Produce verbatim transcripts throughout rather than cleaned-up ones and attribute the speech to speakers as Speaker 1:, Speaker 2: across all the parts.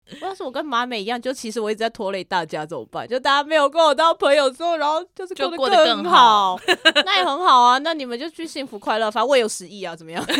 Speaker 1: 要是我跟马美一样，就其实我一直在拖累大家怎么办？就大家没有跟我当朋友之后，然后就是过得 更,
Speaker 2: 过得更好
Speaker 1: 那也很好啊。那你们就去幸福快乐，反正我也有十亿啊，怎么样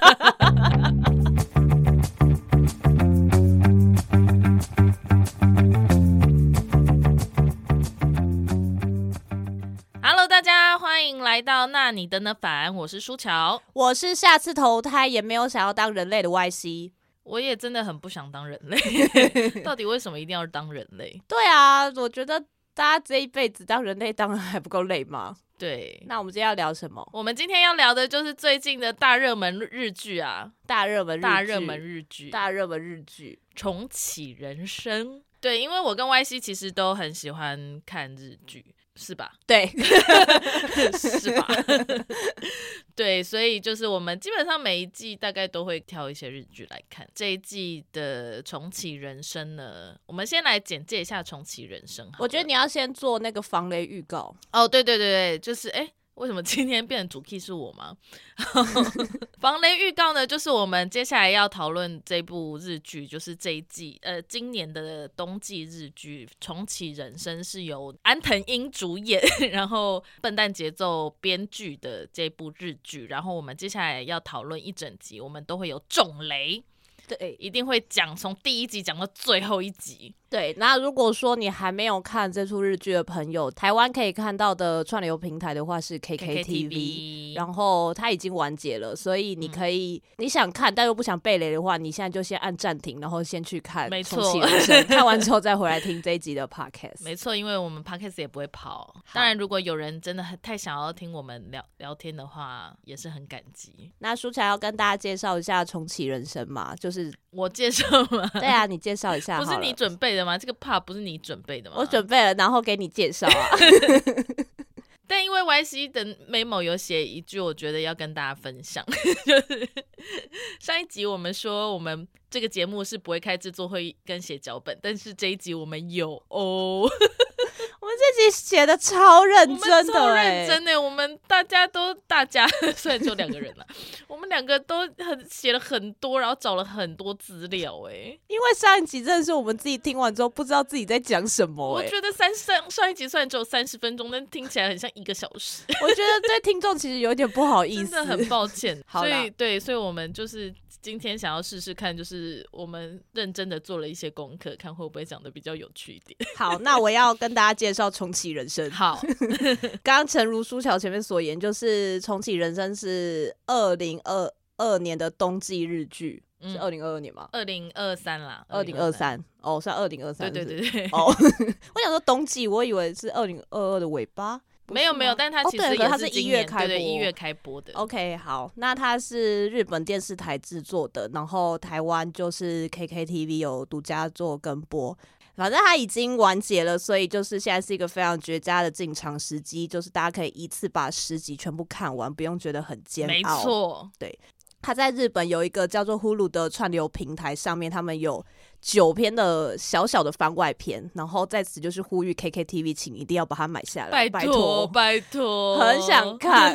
Speaker 2: ？Hello， 大家欢迎来到那你的呢反，我是舒乔，
Speaker 1: 我是下次投胎也没有想要当人类的 Y C。
Speaker 2: 我也真的很不想当人类到底为什么一定要当人类？
Speaker 1: 对啊，我觉得大家这一辈子当人类当然还不够累吗？
Speaker 2: 对，
Speaker 1: 那我们今天要聊什么？
Speaker 2: 我们今天要聊的就是最近的大热门日剧啊，
Speaker 1: 大热门日剧，
Speaker 2: 大热门日剧，
Speaker 1: 大热门日剧，
Speaker 2: 重启人生。对，因为我跟 Y C 其实都很喜欢看日剧，是吧？
Speaker 1: 对
Speaker 2: 是吧对，所以就是我们基本上每一季大概都会挑一些日剧来看。这一季的重启人生呢，我们先来简介一下重启人生好了。
Speaker 1: 我觉得你要先做那个防雷预告。
Speaker 2: 哦，对对对对，就是哎。为什么今天变成主 key 是我吗？防雷预告呢，就是我们接下来要讨论这部日剧，就是这一季呃今年的冬季日剧《重启人生》，是由安藤樱主演，然后笨蛋节奏编剧的这部日剧。然后我们接下来要讨论一整集，我们都会有重雷。对，一定会讲从第一集讲到最后一集。
Speaker 1: 对，那如果说你还没有看这出日剧的朋友，台湾可以看到的串流平台的话是 K K T V， 然后它已经完结了，所以你可以、嗯、你想看但又不想被雷的话，你现在就先按暂停，然后先去看
Speaker 2: 没错
Speaker 1: 重启人生看完之后再回来听这一集的 podcast。
Speaker 2: 没错，因为我们 podcast 也不会跑。当然如果有人真的太想要听我们 聊, 聊天的话也是很感激。
Speaker 1: 那舒乔要跟大家介绍一下重启人生嘛，就是
Speaker 2: 我介绍吗？
Speaker 1: 对啊，你介绍一下好了。
Speaker 2: 不是你准备的吗？这个 part 不是你准备的吗？
Speaker 1: 我准备了，然后给你介绍啊
Speaker 2: 但因为 Y C 的 memo 有写一句我觉得要跟大家分享就是上一集我们说我们这个节目是不会开制作会议跟写脚本，但是这一集我们有哦
Speaker 1: 我们这集写的超认真的、欸、
Speaker 2: 超认真的、欸、我们大家都大家虽然只有两个人了我们两个都很写了很多，然后找了很多资料哎、欸，
Speaker 1: 因为上一集真的是我们自己听完之后不知道自己在讲什么、欸、
Speaker 2: 我觉得三上上一集虽然只有三十分钟，但听起来很像一个小时
Speaker 1: 我觉得对听众其实有点不好意思，
Speaker 2: 真的很抱歉
Speaker 1: 好啦，
Speaker 2: 所以对，所以我们就是今天想要试试看，就是我们认真的做了一些功课，看会不会讲的比较有趣一点。
Speaker 1: 好，那我要跟大家介绍重启人生。
Speaker 2: 好
Speaker 1: 刚刚诚如舒乔前面所言，就是重启人生是二零二二年的冬季日剧、嗯、是二零二二年吗？
Speaker 2: 二零二三啦，
Speaker 1: 二零二三哦，算二零二三，
Speaker 2: 对对对对
Speaker 1: 哦我想说冬季，我以为是二零二二的尾巴。
Speaker 2: 没有没有，但它其实也是、
Speaker 1: 哦、它是一月开播，
Speaker 2: 对对一月开播的。
Speaker 1: OK， 好，那它是日本电视台制作的，然后台湾就是 K K T V 有独家做跟播。反正它已经完结了，所以就是现在是一个非常绝佳的进场时机，就是大家可以一次把十集全部看完，不用觉得很煎熬。
Speaker 2: 没错，
Speaker 1: 对。它在日本有一个叫做 Hulu 的串流平台上面，他们有九篇的小小的番外篇，然后在此就是呼吁 K K T V 请一定要把它买下来，
Speaker 2: 拜托拜托，
Speaker 1: 很想看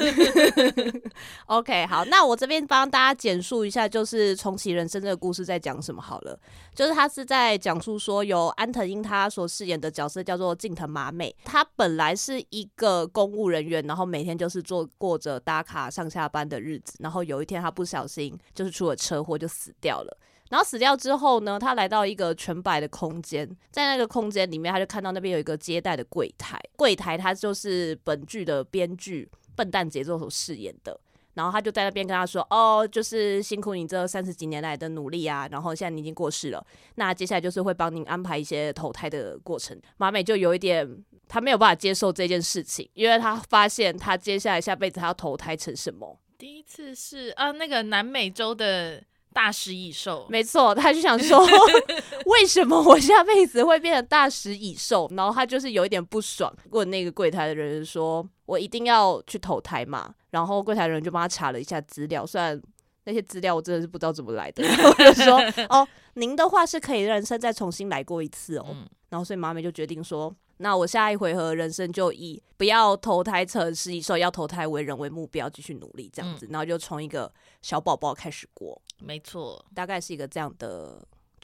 Speaker 1: OK， 好，那我这边帮大家简述一下就是重启人生这个故事在讲什么好了。就是他是在讲述说由安藤樱他所饰演的角色叫做近藤麻美，他本来是一个公务人员，然后每天就是做过着打卡上下班的日子，然后有一天他不小心就是出了车祸就死掉了。然后死掉之后呢，他来到一个全白的空间，在那个空间里面他就看到那边有一个接待的柜台，柜台他就是本剧的编剧笨蛋节奏所饰演的，然后他就在那边跟他说，哦，就是辛苦你这三十几年来的努力啊，然后现在你已经过世了，那接下来就是会帮您安排一些投胎的过程。麻美就有一点他没有办法接受这件事情，因为他发现他接下来下辈子他要投胎成什么。
Speaker 2: 第一次是啊，那个南美洲的大食蚁兽，
Speaker 1: 没错，他就想说为什么我下辈子会变成大食蚁兽，然后他就是有一点不爽，问那个柜台的人说我一定要去投胎嘛，然后柜台的人就帮他查了一下资料，虽然那些资料我真的是不知道怎么来的，然后就说哦，您的话是可以人生再重新来过一次哦、嗯、然后所以麻美就决定说，那我下一回合人生就以不要投胎成食蚁兽，要投胎为人为目标，继续努力这样子、嗯、然后就从一个小宝宝开始过。
Speaker 2: 没错，
Speaker 1: 大概是一个这样的剧。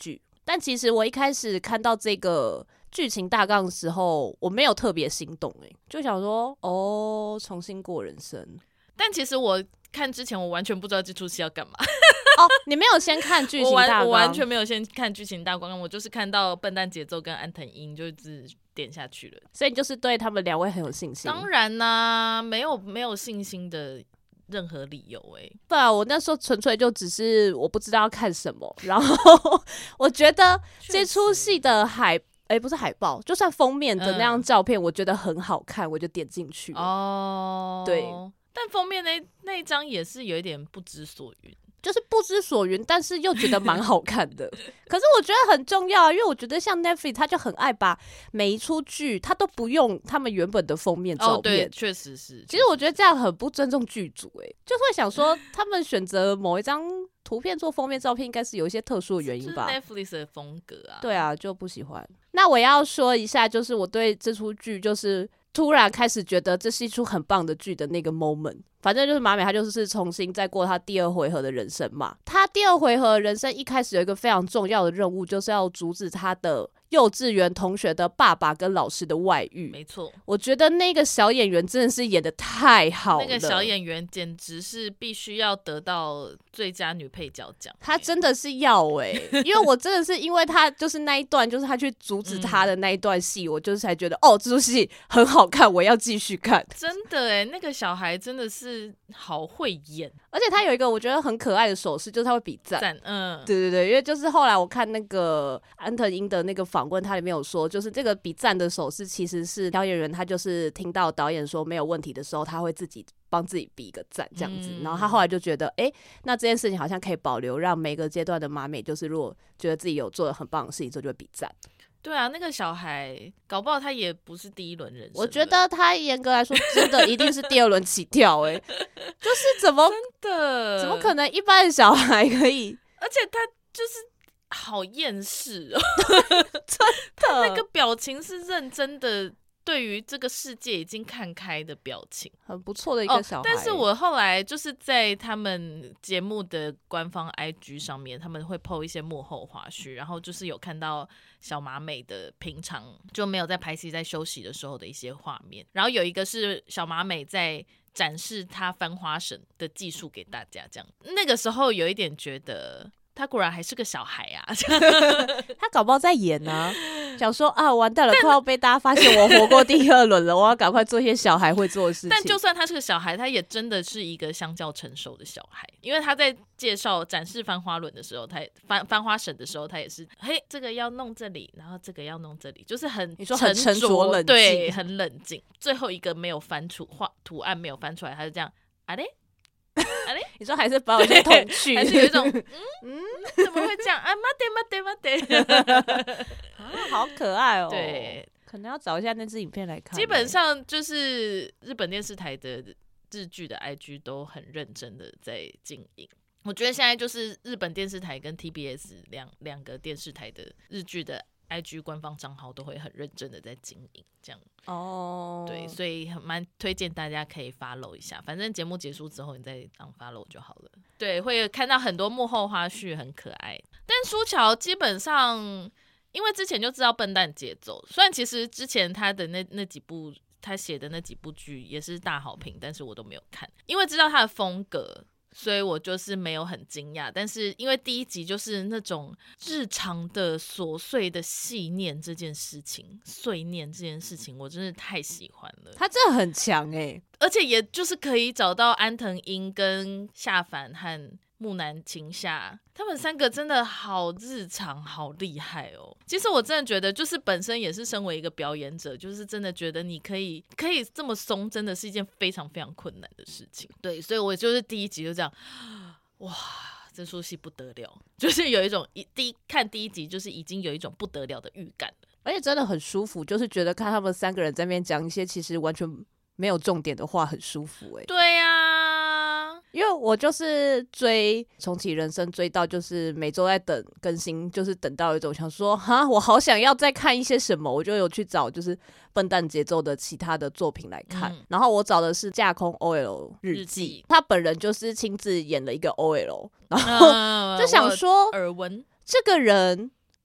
Speaker 1: 但其实我一开始看到这个剧情大纲的时候，我没有特别心动、欸，就想说哦，重新过人生。
Speaker 2: 但其实我看之前，我完全不知道这出戏要干嘛。
Speaker 1: 哦，你没有先看剧情大纲？
Speaker 2: 我完全没有先看剧情大纲，我就是看到笨蛋节奏跟安藤樱，就一直点下去了。
Speaker 1: 所以你就是对他们两位很有信心？
Speaker 2: 当然啦、啊，没有没有信心的任何理由哎、欸。
Speaker 1: 对啊，我那时候纯粹就只是我不知道要看什么，然后我觉得这出戏的海，哎、欸，不是海报，就算封面的那张照片，我觉得很好看，我就点进去了。
Speaker 2: 哦，
Speaker 1: 对。
Speaker 2: 但封面那那一张也是有一点不知所云，
Speaker 1: 就是不知所云，但是又觉得蛮好看的。可是我觉得很重要，因为我觉得像 Netflix 他就很爱把每一出剧他都不用他们原本的封面照片。
Speaker 2: 哦，对，确实是。
Speaker 1: 其实我觉得这样很不尊重剧组，哎，就会想说他们选择某一张图片做封面照片，应该是有一些特殊的原因吧。
Speaker 2: 就是 Netflix 的风格啊。
Speaker 1: 对啊，就不喜欢。那我要说一下，就是我对这出剧就是突然开始觉得这是一出很棒的剧的那个 moment。反正就是马美，她就是重新再过她第二回合的人生嘛。她第二回合的人生一开始有一个非常重要的任务，就是要阻止她的幼稚园同学的爸爸跟老师的外遇。
Speaker 2: 没错，
Speaker 1: 我觉得那个小演员真的是演得太好了，
Speaker 2: 那个小演员简直是必须要得到最佳女配角奖。
Speaker 1: 她真的是要哎、欸，因为我真的是因为她就是那一段，就是她去阻止她的那一段戏、嗯，我就是才觉得哦，这出戏很好看，我要继续看。
Speaker 2: 真的哎，那个小孩真的是。好会演，
Speaker 1: 而且他有一个我觉得很可爱的手势，就是他会比赞。
Speaker 2: 嗯，
Speaker 1: 对对对，因为就是后来我看那个安藤樱的那个访问，他里面有说，就是这个比赞的手势其实是小演员他就是听到导演说没有问题的时候，他会自己帮自己比一个赞这样子、嗯。然后他后来就觉得，哎、欸，那这件事情好像可以保留，让每个阶段的马美就是如果觉得自己有做的很棒的事情，之后就会比赞。
Speaker 2: 对啊，那个小孩搞不好他也不是第一轮人生，
Speaker 1: 我觉得他严格来说真的一定是第二轮起跳、欸，哎，就是怎么
Speaker 2: 真的怎
Speaker 1: 么可能一般的小孩可以？
Speaker 2: 而且他就是好厌世哦，
Speaker 1: 真的，
Speaker 2: 他那个表情是认真的。对于这个世界已经看开的表情，
Speaker 1: 很不错的一个小孩、欸
Speaker 2: 哦。但是我后来就是在他们节目的官方 I G 上面，他们会 po 一些幕后花絮，然后就是有看到小马美的平常就没有在拍戏，在休息的时候的一些画面。然后有一个是小马美在展示她翻花绳的技术给大家，这样那个时候有一点觉得。他果然还是个小孩啊
Speaker 1: 他搞不好在演啊，想说啊完蛋了，快要被大家发现我活过第二轮了，我要赶快做一些小孩会做的事情。
Speaker 2: 但就算他是个小孩，他也真的是一个相较成熟的小孩，因为他在介绍展示翻花轮的时候，他翻翻花绳的时候，他也是嘿这个要弄这里，然后这个要弄这里，就是很
Speaker 1: 你说很沉着冷静，
Speaker 2: 对，很冷静。最后一个没有翻出画图案没有翻出来，他就这样啊嘞。啊嘞，
Speaker 1: 你说还是把我这童趣，
Speaker 2: 还是有一种嗯嗯，怎么会这样啊？妈得妈得妈得，
Speaker 1: 啊，好可爱哦。
Speaker 2: 对，
Speaker 1: 可能要找一下那支影片来看、欸。
Speaker 2: 基本上就是日本电视台的日剧的 I G 都很认真的在经营。我觉得现在就是日本电视台跟 T B S 两两个电视台的日剧的 I G 官方账号都会很认真的在经营，这样
Speaker 1: 哦，
Speaker 2: oh. 对，所以蛮推荐大家可以 follow 一下，反正节目结束之后你再当 follow 就好了。对，会看到很多幕后花絮，很可爱。但书樵基本上，因为之前就知道笨蛋节奏，虽然其实之前他的那那几部他写的那几部剧也是大好评，但是我都没有看，因为知道他的风格。所以我就是没有很惊讶，但是因为第一集就是那种日常的琐碎的细念这件事情，碎念这件事情，我真的太喜欢了。
Speaker 1: 他真的很强哎、欸，
Speaker 2: 而且也就是可以找到安藤樱跟夏凡和木南晴夏，他们三个真的好日常，好厉害哦。其实我真的觉得，就是本身也是身为一个表演者，就是真的觉得你可以可以这么松，真的是一件非常非常困难的事情。对，所以我就是第一集就这样，哇，这出戏不得了，就是有一种一第一看第一集就是已经有一种不得了的预感了，
Speaker 1: 而且真的很舒服，就是觉得看他们三个人在那边讲一些其实完全没有重点的话，很舒服哎、欸。
Speaker 2: 对呀、啊。
Speaker 1: 因为我就是追重启人生追到就是每周在等更新，就是等到一种想说哈我好想要再看一些什么，我就有去找就是笨蛋节奏的其他的作品来看、嗯、然后我找的是架空 O L 日记，他本人就是亲自演了一个 O L， 然后就想说、
Speaker 2: 嗯、耳闻
Speaker 1: 这个人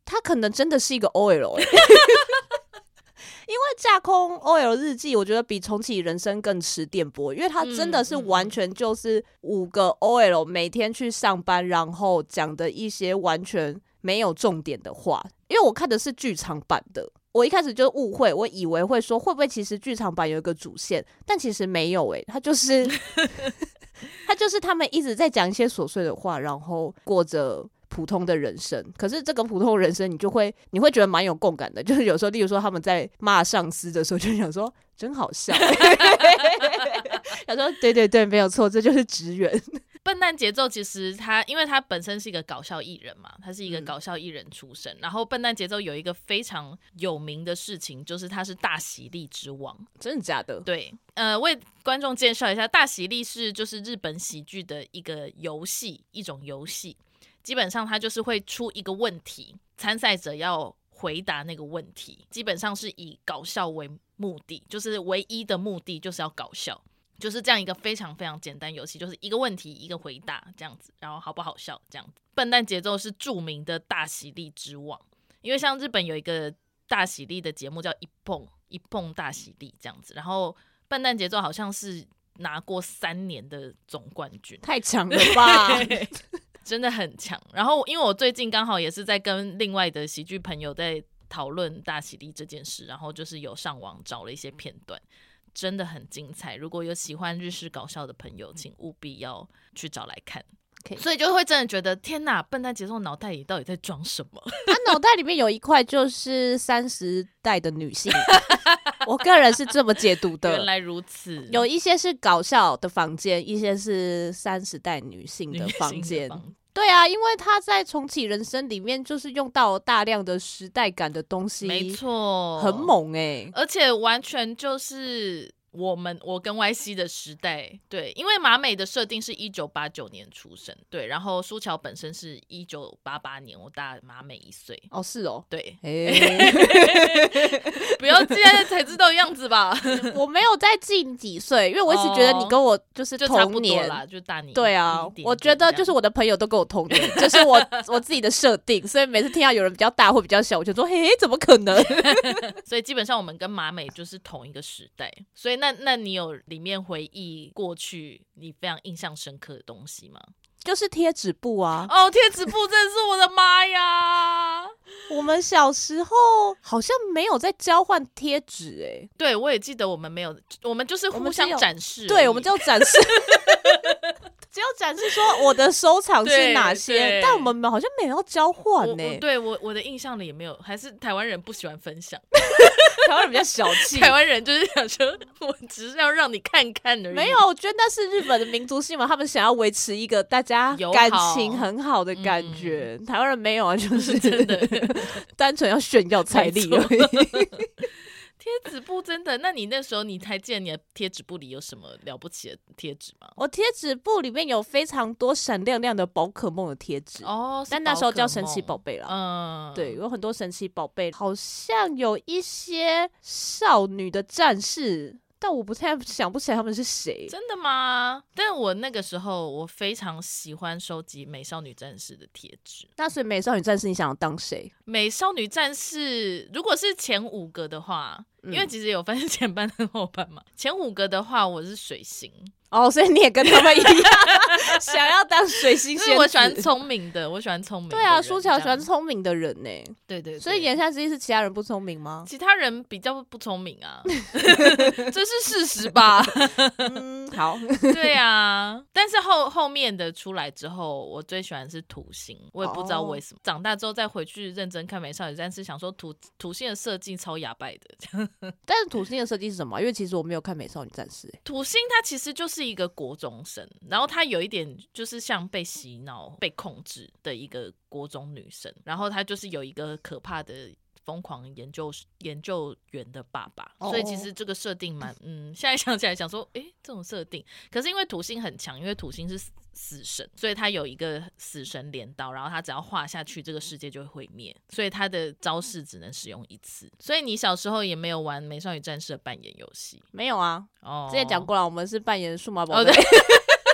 Speaker 1: 他可能真的是一个 O L 欸因为架空 O L 日记我觉得比重启人生更吃电波，因为他真的是完全就是五个 O L 每天去上班然后讲的一些完全没有重点的话。因为我看的是剧场版的，我一开始就误会，我以为会说会不会其实剧场版有一个主线，但其实没有欸，他就是他就是他们一直在讲一些琐碎的话，然后过着普通的人生。可是这个普通人生你就会你会觉得蛮有共感的，就是有时候例如说他们在骂上司的时候就想说真好笑想说对对对没有错，这就是职员。
Speaker 2: 笨蛋节奏其实他因为他本身是一个搞笑艺人嘛，他是一个搞笑艺人出身、嗯、然后笨蛋节奏有一个非常有名的事情，就是他是大喜力之王。
Speaker 1: 真的假的？
Speaker 2: 对，呃，为观众介绍一下，大喜力是就是日本喜剧的一个游戏，一种游戏。基本上他就是会出一个问题，参赛者要回答那个问题，基本上是以搞笑为目的，就是唯一的目的就是要搞笑，就是这样一个非常非常简单游戏，就是一个问题一个回答这样子，然后好不好笑这样子。笨蛋节奏是著名的大喜力之王，因为像日本有一个大喜力的节目叫一碰一碰大喜力这样子，然后笨蛋节奏好像是拿过三年的总冠军，
Speaker 1: 太强了吧
Speaker 2: 真的很强。然后因为我最近刚好也是在跟另外的喜剧朋友在讨论大喜力这件事，然后就是有上网找了一些片段，真的很精彩。如果有喜欢日式搞笑的朋友，请务必要去找来看。Okay. 所以就会真的觉得天哪，笨蛋节奏脑袋里到底在装什么？
Speaker 1: 他脑袋里面有一块就是三十代的女性我个人是这么解读的。
Speaker 2: 原来如此，
Speaker 1: 有一些是搞笑的房间，一些是三十代女性的房间。对啊，因为他在重启人生里面就是用到大量的时代感的东西，
Speaker 2: 没错，
Speaker 1: 很猛欸，
Speaker 2: 而且完全就是我们我跟 Y C 的时代。对，因为马美的设定是一九八九年出生，对，然后舒乔本身是一九八八年，我大马美一岁。
Speaker 1: 哦，是哦，
Speaker 2: 对，
Speaker 1: 欸、
Speaker 2: 不要现在才知道样子吧
Speaker 1: 我没有再记你几岁，因为我一直觉得你跟我就是同年，
Speaker 2: 就差不多啦，就大你。
Speaker 1: 对啊，我觉得就是我的朋友都跟我同年这是我我自己的设定，所以每次听到有人比较大或比较小，我就说嘿，怎么可能
Speaker 2: 所以基本上我们跟马美就是同一个时代。所以那那你有里面回忆过去你非常印象深刻的东西吗？
Speaker 1: 就是贴纸布啊！
Speaker 2: 哦，贴纸布真的是我的妈呀！
Speaker 1: 我们小时候好像没有在交换贴纸哎。
Speaker 2: 对，我也记得我们没有，我们就是互相展示。
Speaker 1: 对，我们就展示只有展示说我的收藏是哪些，但我们好像没有要交换呢、欸。
Speaker 2: 对，我我的印象里也没有，还是台湾人不喜欢分享。
Speaker 1: 台湾人比较小气，
Speaker 2: 台湾人就是想说，我只是要让你看看而已。
Speaker 1: 没有，我觉得那是日本的民族性嘛，他们想要维持一个大家感情很好的感觉。嗯、台湾人没有啊，就是真的单纯要炫耀财力而已。
Speaker 2: 贴纸布真的？那你那时候你还记得你的贴纸布里有什么了不起的贴纸吗？
Speaker 1: 我贴纸布里面有非常多闪亮亮的宝可梦的贴纸
Speaker 2: 哦，
Speaker 1: 但那时候叫神奇宝贝啦。
Speaker 2: 嗯，
Speaker 1: 对，有很多神奇宝贝，好像有一些少女的战士。但我不太想不起来他们是谁。
Speaker 2: 真的吗？但我那个时候我非常喜欢收集美少女战士的贴纸。
Speaker 1: 那所以美少女战士你想要当谁？
Speaker 2: 美少女战士如果是前五个的话、嗯、因为其实有分前班和后班嘛，前五个的话我是水星。
Speaker 1: 哦，所以你也跟他们一样想要当水星仙子。
Speaker 2: 我喜欢聪明的，我喜欢聪明的人。
Speaker 1: 对啊，舒乔喜欢聪明的人呢、欸。
Speaker 2: 对, 对对，
Speaker 1: 所以言下之意是其他人不聪明吗？
Speaker 2: 其他人比较不聪明啊，这是事实吧？
Speaker 1: 嗯，好，
Speaker 2: 对啊。但是后后面的出来之后，我最喜欢的是土星，我也不知道为什么。哦、长大之后再回去认真看美少女战士，想说土土星的设计超哑巴的。
Speaker 1: 但是土星的设计是什么？因为其实我没有看美少女战士、欸。
Speaker 2: 土星它其实就是一个国中生，然后她有一点就是像被洗脑、被控制的一个国中女生，然后她就是有一个可怕的疯狂研究研究员的爸爸，哦、所以其实这个设定蛮嗯，现在想起来想说，诶，这种设定，可是因为土星很强，因为土星是死神，所以他有一个死神镰刀，然后他只要画下去，这个世界就会毁灭，所以他的招式只能使用一次。所以你小时候也没有玩美少女战士的扮演游戏？
Speaker 1: 没有啊，
Speaker 2: 哦，
Speaker 1: 之前讲过了，我们是扮演数码宝贝。哦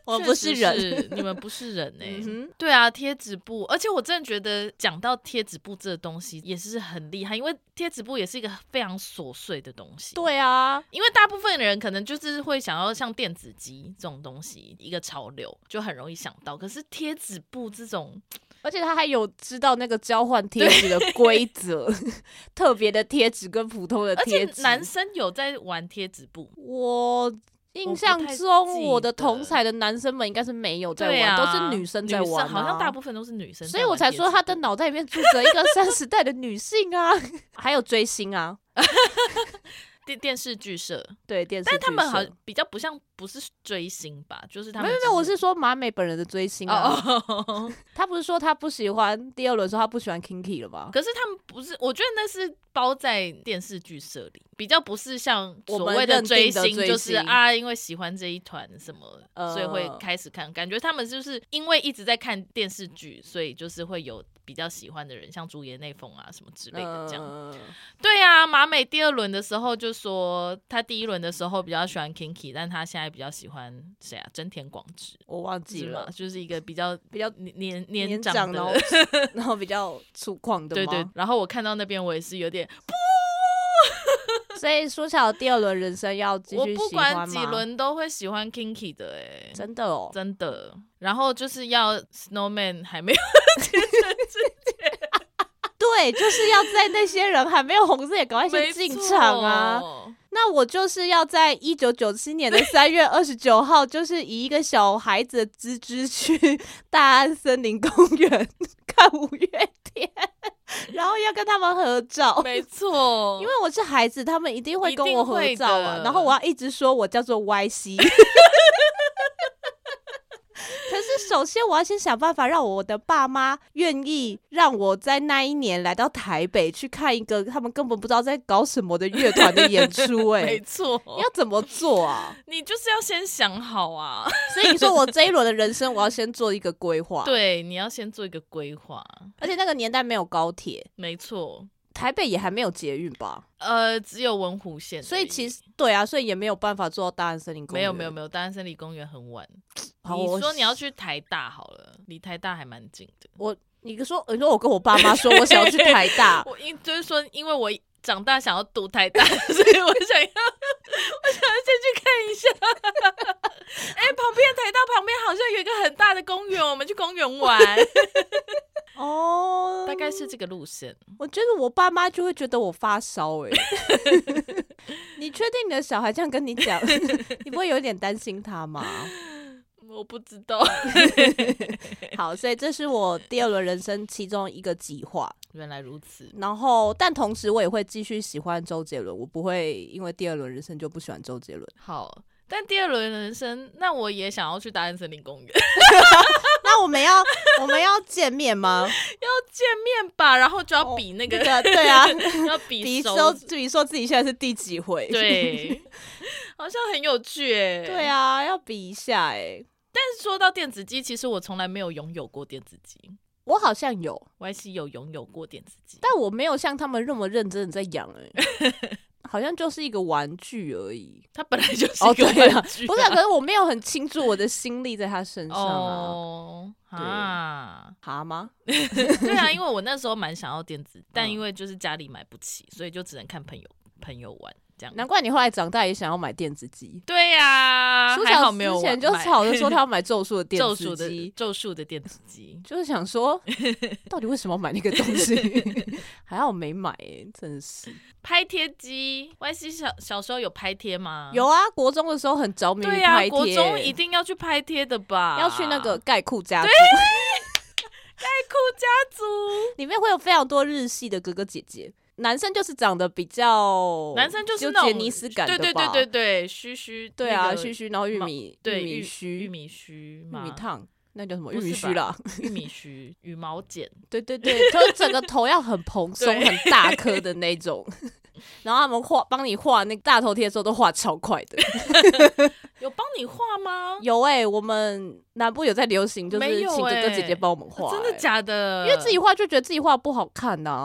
Speaker 1: 我们不是人，
Speaker 2: 你们不是人哎、欸
Speaker 1: 嗯。
Speaker 2: 对啊，贴纸布，而且我真的觉得讲到贴纸布这个东西也是很厉害，因为贴纸布也是一个非常琐碎的东西。
Speaker 1: 对啊，
Speaker 2: 因为大部分人可能就是会想要像电子机这种东西，一个潮流就很容易想到，可是贴纸布这种。
Speaker 1: 而且他还有知道那个交换贴纸的规则，特别的贴纸跟普通的贴纸。
Speaker 2: 而且男生有在玩贴纸布，
Speaker 1: 我印象中我的同侪的男生们应该是没有在玩，
Speaker 2: 啊、
Speaker 1: 都是女生在玩、啊，
Speaker 2: 好像大部分都是女生在玩，
Speaker 1: 所以我才说他的脑袋里面住着一个三十代的女性啊，还有追星啊。
Speaker 2: 电电视剧社，
Speaker 1: 对电视剧社，
Speaker 2: 但他们好像比较不像，不是追星吧？就是他们
Speaker 1: 没有没有，我是说马美本人的追星啊。Oh. 他不是说他不喜欢第二轮说他不喜欢 Kinky 了吗？
Speaker 2: 可是他们不是，我觉得那是包在电视剧社里，比较不是像所谓的追星，就是啊，因为喜欢这一团什么、呃，所以会开始看。感觉他们就是因为一直在看电视剧，所以就是会有比较喜欢的人，像竹野内丰啊什么之类的这样。呃、对啊，马美第二轮的时候就说他第一轮的时候比较喜欢 Kinky， 但他现在比较喜欢谁啊？真田广之，
Speaker 1: 我忘记了，
Speaker 2: 就是一个比较
Speaker 1: 比较
Speaker 2: 年年长的，
Speaker 1: 然后, 然后比较粗犷的。
Speaker 2: 对对，然后我看到那边我也是有点不。
Speaker 1: 所以说巧第二轮人生要继续喜欢吗？
Speaker 2: 我不管几轮都会喜欢 Kinky 的哎、欸，
Speaker 1: 真的哦，
Speaker 2: 真的。然后就是要 Snowman 还没有结成之前，
Speaker 1: 对，就是要在那些人还没有红色也赶快先进场啊。那我就是要在一九九七年的三月二十九号，就是以一个小孩子的资质去大安森林公园看五月天。然后要跟他们合照，
Speaker 2: 没错，
Speaker 1: 因为我是孩子，他们一定会跟我合照啊。然后我要一直说我叫做 Y C。可是首先我要先想办法让我的爸妈愿意让我在那一年来到台北去看一个他们根本不知道在搞什么的乐团的演出、欸。
Speaker 2: 没错，
Speaker 1: 要怎么做啊？
Speaker 2: 你就是要先想好啊。
Speaker 1: 所以你说我这一轮的人生我要先做一个规划。
Speaker 2: 对，你要先做一个规划。
Speaker 1: 而且那个年代没有高铁，
Speaker 2: 没错，
Speaker 1: 台北也还没有捷运吧？
Speaker 2: 呃，只有文湖线，
Speaker 1: 所以其实对啊，所以也没有办法做到大安森林公园。
Speaker 2: 没有没有没有，大安森林公园很晚。你说你要去台大好了，离台大还蛮近的。
Speaker 1: 我你说你说我跟我爸妈说我想要去台大，
Speaker 2: 我因就是说，因为我长大想要读台大，所以我想要我想要先去看一下。哎、欸，旁边台大旁边好像有一个很大的公园，我们去公园玩。
Speaker 1: 哦，
Speaker 2: 大概是这个路线。
Speaker 1: 我觉得我爸妈就会觉得我发烧哎、欸。你确定你的小孩这样跟你讲，你不会有一点担心他吗？
Speaker 2: 我不知道。
Speaker 1: 好，所以这是我第二轮人生其中一个计划。
Speaker 2: 原来如此。
Speaker 1: 然后，但同时我也会继续喜欢周杰伦，我不会因为第二轮人生就不喜欢周杰伦。
Speaker 2: 好。但第二轮人生，那我也想要去大安森林公园。
Speaker 1: 那我们要我们要见面吗？
Speaker 2: 要见面吧，然后就要比那个，
Speaker 1: 哦那个对啊，
Speaker 2: 要比
Speaker 1: 比说比说自己现在是第几回，
Speaker 2: 对，好像很有趣哎、欸。
Speaker 1: 对啊，要比一下哎、欸。
Speaker 2: 但是说到电子机，其实我从来没有拥有过电子机。
Speaker 1: 我好像有
Speaker 2: ，Y C 有拥有过电子机，
Speaker 1: 但我没有像他们那么认真的在养哎、欸。好像就是一个玩具而已，
Speaker 2: 它本来就是一个玩具、啊
Speaker 1: 哦，不是、啊，可是我没有很倾注我的心力在他身上啊。
Speaker 2: 哦，啊，
Speaker 1: 哈吗？
Speaker 2: 对啊，因为我那时候蛮想要电子，但因为就是家里买不起，所以就只能看朋友朋友玩这样。
Speaker 1: 难怪你后来长大也想要买电子机。
Speaker 2: 对呀、啊，还好没有
Speaker 1: 之前就吵着说他要买咒术的电子机，
Speaker 2: 咒术的电子机，
Speaker 1: 就是想说，到底为什么要买那个东西？还好我没买、欸，真的是。
Speaker 2: 拍贴机 ，Y C 小小时候有拍贴吗？
Speaker 1: 有啊，国中的时候很着迷于拍贴。
Speaker 2: 对啊，国中一定要去拍贴的吧？
Speaker 1: 要去那个盖库家族。
Speaker 2: 盖库家族
Speaker 1: 里面会有非常多日系的哥哥姐姐，男生就是长得比较，
Speaker 2: 男生就是那种
Speaker 1: 杰尼斯感的吧？
Speaker 2: 对对对对对，须须，
Speaker 1: 对啊，须须，然后玉米，
Speaker 2: 对
Speaker 1: 玉米须，
Speaker 2: 玉米须，
Speaker 1: 玉米烫。那叫什么玉米须啦？
Speaker 2: 玉米须，羽毛剪。
Speaker 1: 对对对，就是整个头要很蓬松、很大颗的那种。然后他们画帮你画那个大头贴的时候，都画超快的。
Speaker 2: 有帮你画吗？
Speaker 1: 有哎、欸，我们南部有在流行，就是请哥哥姐姐帮我们画、欸。
Speaker 2: 真的假的？
Speaker 1: 因为自己画就觉得自己画不好看呐、啊。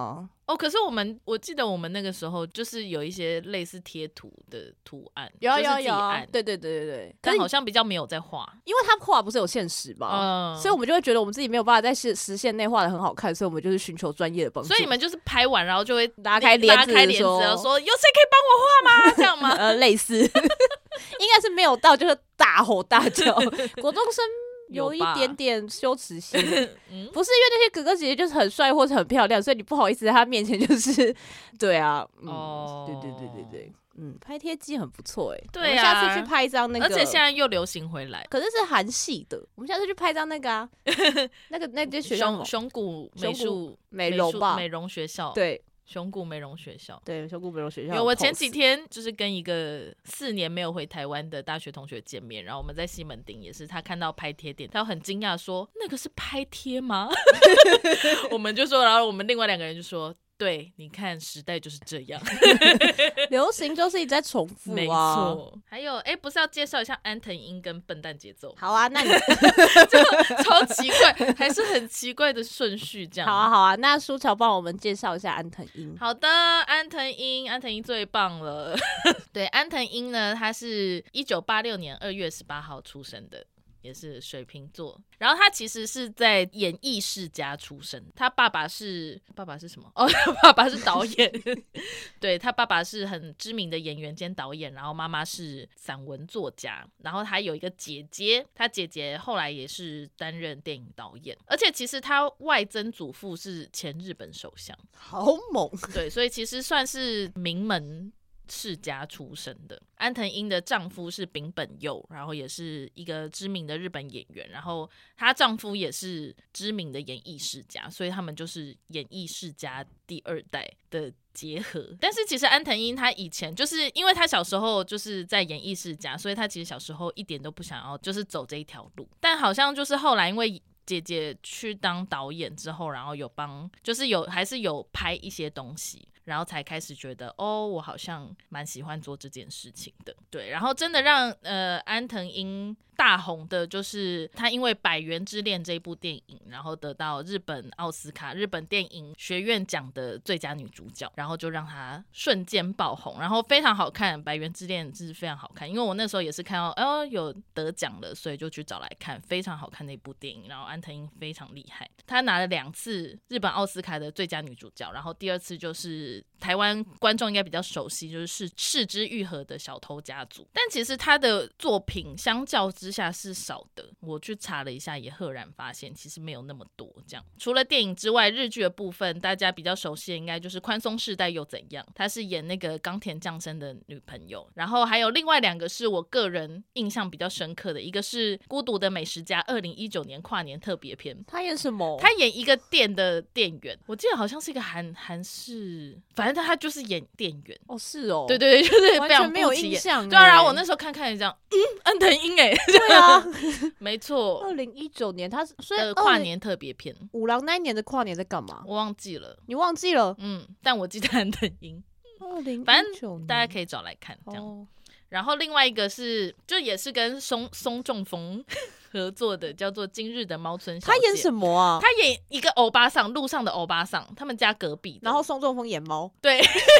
Speaker 2: 哦，可是我们我记得我们那个时候就是有一些类似贴图的图案，
Speaker 1: 有有有，
Speaker 2: 就是自己按
Speaker 1: 对对对对对，
Speaker 2: 但好像比较没有在画，
Speaker 1: 因为他画不是有限时嘛、嗯，所以我们就会觉得我们自己没有办法在时限内画的很好看，所以我们就是寻求专业的帮助。
Speaker 2: 所以你们就是拍完然后就会
Speaker 1: 拉开帘子，
Speaker 2: 拉开帘子说有谁可以帮我画吗？这样吗？
Speaker 1: 呃，类似，应该是没有到，就是大吼大叫，国中生。有一点点羞耻心，嗯、不是因为那些哥哥姐姐就是很帅或者很漂亮，所以你不好意思在他面前就是对啊，嗯、哦，对对对对对，嗯，拍贴机很不错哎、欸，
Speaker 2: 对啊，
Speaker 1: 我们下次去拍一张那个，
Speaker 2: 而且现在又流行回来，
Speaker 1: 可是是韩系的，我们下次去拍一张那个啊，那个那间学校
Speaker 2: 熊熊谷美术
Speaker 1: 美容吧，
Speaker 2: 美容学校，
Speaker 1: 对。
Speaker 2: 熊谷美容学校，
Speaker 1: 对，熊谷美容学校。
Speaker 2: 有，我前几天就是跟一个四年没有回台湾的大学同学见面，然后我们在西门町也是，他看到拍贴店，他很惊讶说：“那个是拍贴吗？”我们就说，然后我们另外两个人就说：“对，你看时代就是这样，
Speaker 1: 流行就是一直在重复啊。”
Speaker 2: 没错。还有，哎，不是要介绍一下安藤樱跟笨蛋节奏？
Speaker 1: 好啊，那你
Speaker 2: 就超奇怪，还是很奇怪的顺序这样。
Speaker 1: 好啊，好啊，那书乔帮我们介绍一下安藤樱。
Speaker 2: 好的，安藤樱，安藤樱最棒了。对，安藤樱呢，他是一九八六年二月十八号出生的。也是水瓶座，然后他其实是在演艺世家出身，他爸爸是爸爸是什么？哦，爸爸是导演，对，他爸爸是很知名的演员兼导演，然后妈妈是散文作家，然后他有一个姐姐，他姐姐后来也是担任电影导演，而且其实他外曾祖父是前日本首相，
Speaker 1: 好猛，
Speaker 2: 对，所以其实算是名门世家出身的。安藤樱的丈夫是柄本佑，然后也是一个知名的日本演员，然后她丈夫也是知名的演艺世家，所以他们就是演艺世家第二代的结合。但是其实安藤樱她以前就是因为她小时候就是在演艺世家，所以她其实小时候一点都不想要就是走这一条路，但好像就是后来因为姐姐去当导演之后，然后有帮就是有还是有拍一些东西，然后才开始觉得哦，我好像蛮喜欢做这件事情的。对，然后真的让呃安藤樱大红的就是她因为《百元之恋》这部电影，然后得到日本奥斯卡日本电影学院奖的最佳女主角，然后就让她瞬间爆红，然后非常好看，《百元之恋》是非常好看，因为我那时候也是看到哦有得奖了，所以就去找来看，非常好看的一部电影，然后安藤樱非常厉害，她拿了两次日本奥斯卡的最佳女主角，然后第二次就是台湾观众应该比较熟悉，就是是枝裕和的小偷家族，但其实她的作品相较之下是少的，我去查了一下也赫然发现其实没有那么多这样。除了电影之外，日剧的部分大家比较熟悉的应该就是宽松世代又怎样，她是演那个冈田将生的女朋友，然后还有另外两个是我个人印象比较深刻的，一个是孤独的美食家二零一九年跨年特别篇，
Speaker 1: 她演什么？
Speaker 2: 她演一个店的店员，我记得好像是一个韩韩式，反正她就是演店员。
Speaker 1: 哦，是哦，
Speaker 2: 对对对，就是非常
Speaker 1: 没有印象、欸。
Speaker 2: 对啊，然后我那时候看看也这样，嗯，安藤樱哎，
Speaker 1: 对啊，
Speaker 2: 没错。
Speaker 1: 二零一九年他所以
Speaker 2: 的跨年特别篇，
Speaker 1: 五郎那一年的跨年在干嘛？
Speaker 2: 我忘记了，
Speaker 1: 你忘记了？
Speaker 2: 嗯，但我记得安藤樱。
Speaker 1: 二零一九年，
Speaker 2: 反正大家可以找来看这样。哦、然后另外一个是，就也是跟松松中丰合作的，叫做《今日的猫村小姐》。
Speaker 1: 他演什么啊？
Speaker 2: 他演一个欧巴桑，路上的欧巴桑，他们家隔壁的。
Speaker 1: 然后松中丰演猫，
Speaker 2: 对。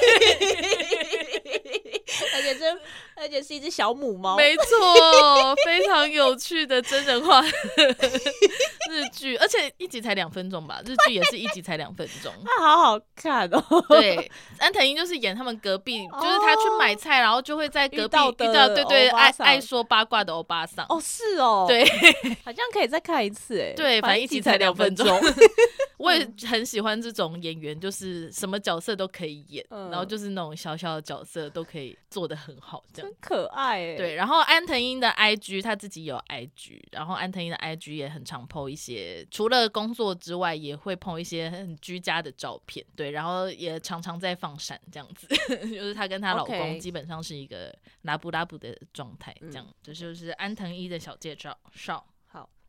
Speaker 1: 而且这而且是一只小母猫，
Speaker 2: 没错，非常有趣的真人化日剧，而且一集才两分钟吧，日剧也是一集才两分钟，
Speaker 1: 它好好看哦。
Speaker 2: 对，安藤樱就是演他们隔壁，哦、就是他去买菜，然后就会在隔壁遇到对对爱爱说八卦的欧巴桑。
Speaker 1: 哦，是哦，
Speaker 2: 对，
Speaker 1: 好像可以再看一次哎。
Speaker 2: 对，反正一集才两分钟。我也很喜欢这种演员，就是什么角色都可以演，嗯、然后就是那种小小的角色都可以做得很好，这样
Speaker 1: 真可爱哎。
Speaker 2: 对，然后安藤樱的 I G 他自己有 I G， 然后安藤樱的 I G 也很常 po 一些，除了工作之外，也会 po 一些很居家的照片。对，然后也常常在放闪这样子，就是她跟她老公基本上是一个拉布拉布的状态，这样。嗯、这就是安藤樱的小介绍。
Speaker 1: 好。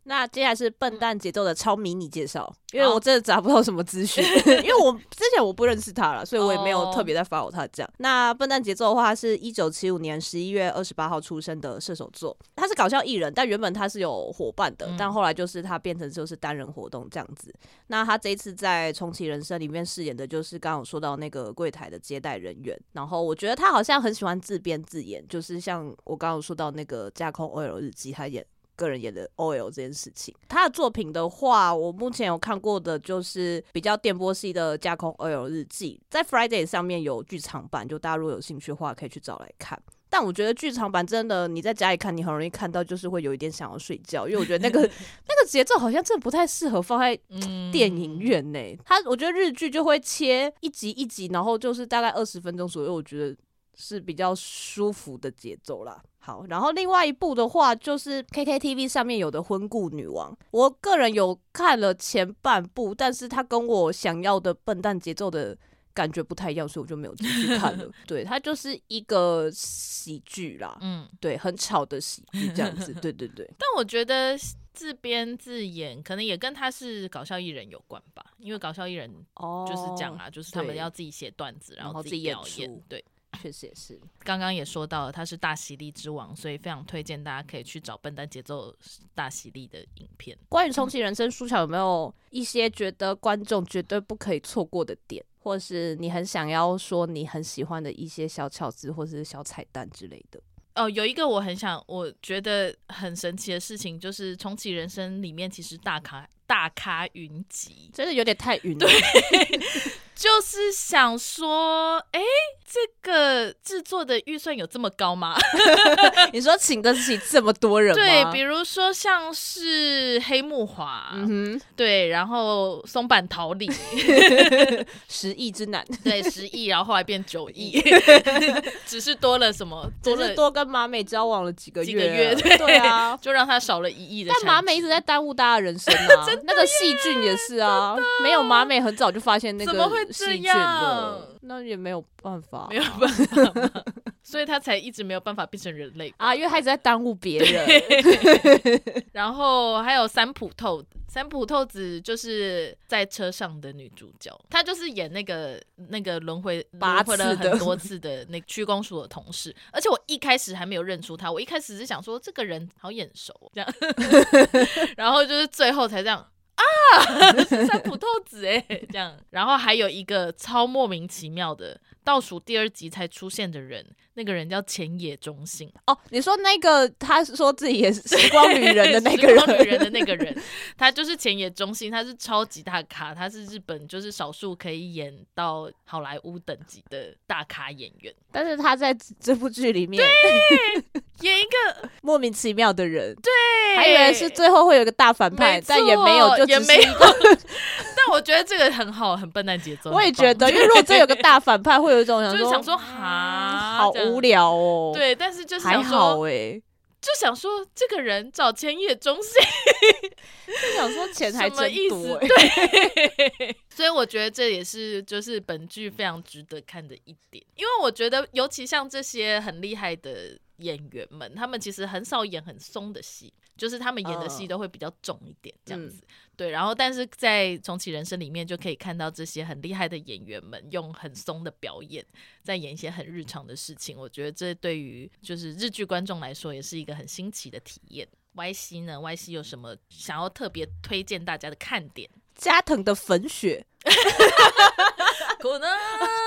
Speaker 1: 那接下来是笨蛋节奏的超迷你介绍，因为我真的找不到什么资讯，因为我之前我不认识他了，所以我也没有特别在 follow 他这样。那笨蛋节奏的话，他是一九七五年十一月二十八号出生的射手座，他是搞笑艺人，但原本他是有伙伴的，嗯、但后来就是他变成就是单人活动这样子。那他这一次在重启人生里面饰演的就是刚刚有说到那个柜台的接待人员，然后我觉得他好像很喜欢自编自演，就是像我刚刚有说到那个架空 O L 日记，他演个人演的 O L 这件事情。他的作品的话，我目前有看过的就是比较电波系的架空 O L 日记，在 Friday 上面有剧场版，就大家如果有兴趣的话可以去找来看。但我觉得剧场版真的你在家里看，你很容易看到就是会有一点想要睡觉，因为我觉得那个那个节奏好像真的不太适合放在电影院呢、欸。他我觉得日剧就会切一集一集，然后就是大概二十分钟左右，我觉得是比较舒服的节奏啦。好，然后另外一部的话就是 K K T V 上面有的《婚故女王》，我个人有看了前半部，但是它跟我想要的笨蛋节奏的感觉不太一样，所以我就没有继续看了。对，它就是一个喜剧啦，嗯，对，很吵的喜剧这样子，对对对。
Speaker 2: 但我觉得自编自演可能也跟他是搞笑艺人有关吧，因为搞笑艺人就是这样啊，哦、就是他们要自己写段子，然后自己表演，对。
Speaker 1: 确实也是，
Speaker 2: 刚刚也说到了，他是大喜力之王，所以非常推荐大家可以去找笨蛋节奏大喜力的影片。
Speaker 1: 关于重启人生，书樵有没有一些觉得观众绝对不可以错过的点，或是你很想要说你很喜欢的一些小巧思或是小彩蛋之类的？
Speaker 2: 哦，有一个我很想，我觉得很神奇的事情，就是重启人生里面其实大咖大咖云集，
Speaker 1: 真的有点太云了。
Speaker 2: 对，就是想说，哎、欸，这个制作的预算有这么高吗？
Speaker 1: 你说请得起这么多人吗？
Speaker 2: 对，比如说像是黑木华，嗯哼，对，然后松坂桃李，
Speaker 1: 十亿之男，
Speaker 2: 对，十亿，然后后来变九亿，只是多了什么？
Speaker 1: 多了只是多跟马美交往了几个月，
Speaker 2: 几个月，
Speaker 1: 对, 对啊，
Speaker 2: 就让他少了一亿的。
Speaker 1: 但马美一直在耽误大家的人生啊，那个细菌也是啊，没有马美很早就发现那个
Speaker 2: 怎么会这样？
Speaker 1: 那也没有办法，
Speaker 2: 没有办法，所以他才一直没有办法变成人类
Speaker 1: 啊，因为他一直在耽误别人。
Speaker 2: 然后还有三浦透子，三浦透子就是在车上的女主角，她就是演那个那个轮回轮回了很多次的那个区公所的同事，而且我一开始还没有认出她，我一开始是想说这个人好眼熟这样，然后就是最后才这样。啊，是三浦透子哎，这样，然后还有一个超莫名其妙的，倒数第二集才出现的人，那个人叫前野中信。
Speaker 1: 哦，你说那个他说自己也是时光旅人的那个人，
Speaker 2: 时光旅人的那个人，他就是前野中信，他是超级大咖，他是日本就是少数可以演到好莱坞等级的大咖演员。
Speaker 1: 但是他在这部剧里面，
Speaker 2: 对，演一个
Speaker 1: 莫名其妙的人，
Speaker 2: 对，
Speaker 1: 还以为是最后会有一个大反派，但也没有，就只是一个。
Speaker 2: 但我觉得这个很好，很笨蛋节奏。
Speaker 1: 我也觉得，因为如果真有个大反派，会有一种想说，
Speaker 2: 就是想说哈，
Speaker 1: 好无聊哦。
Speaker 2: 对，但是就是
Speaker 1: 还好哎、欸，
Speaker 2: 就想说这个人找前野中信，
Speaker 1: 就想说钱还真多哎、
Speaker 2: 欸。对，所以我觉得这也是就是本剧非常值得看的一点，因为我觉得尤其像这些很厉害的演员们，他们其实很少演很松的戏，就是他们演的戏都会比较重一点这样子。嗯、对，然后但是在重启人生里面就可以看到这些很厉害的演员们用很松的表演在演一些很日常的事情，我觉得这对于就是日剧观众来说也是一个很新奇的体验。Y C 呢 ？Y C 有什么想要特别推荐大家的看点？
Speaker 1: 加藤的粉雪，
Speaker 2: 可能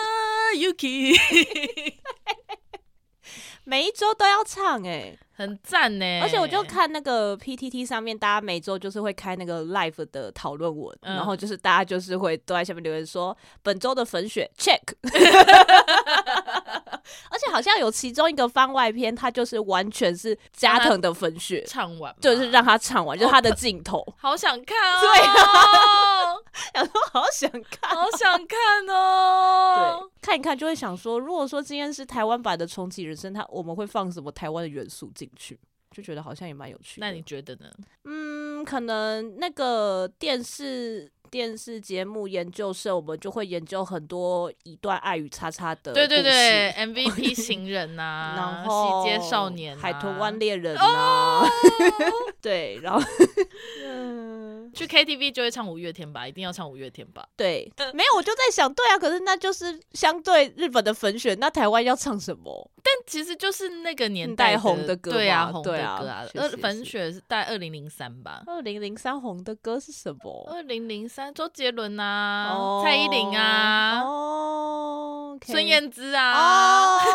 Speaker 2: Yuki
Speaker 1: 每一周都要唱哎、欸。
Speaker 2: 很赞呢，
Speaker 1: 而且我就看那个 P T T 上面，大家每周就是会开那个 live 的讨论文、嗯，然后就是大家就是会都在下面留言说本周的粉雪 check， 而且好像有其中一个番外篇，它就是完全是加藤的粉雪
Speaker 2: 唱完，
Speaker 1: 就是让他唱完，就是他的镜头，
Speaker 2: 好想看哦，
Speaker 1: 对啊，想说好想看，
Speaker 2: 好想看哦，
Speaker 1: 对，看一看就会想说，如果说今天是台湾版的重启人生，它我们会放什么台湾的元素进去，就觉得好像也蛮有趣的。
Speaker 2: 那你觉得呢？
Speaker 1: 嗯，可能那个电视电视节目研究社，我们就会研究很多一段爱与叉叉的故事，
Speaker 2: 对对对，M V P 情人啊，
Speaker 1: 然后
Speaker 2: 西街少年、啊、
Speaker 1: 海豚湾猎人啊，哦、对，然后
Speaker 2: 去 K T V 就会唱五月天吧，一定要唱五月天吧？
Speaker 1: 对，没有，我就在想，对啊，可是那就是相对日本的粉选，那台湾要唱什么？
Speaker 2: 但其实就是那个年代的
Speaker 1: 红的歌，
Speaker 2: 对啊，红的歌
Speaker 1: 啊。
Speaker 2: 二粉选是在二零零三吧？
Speaker 1: 二零零三红的歌是什么？
Speaker 2: 二零零三周杰伦啊，哦、蔡依林啊，
Speaker 1: 哦，
Speaker 2: 孙燕姿啊。哦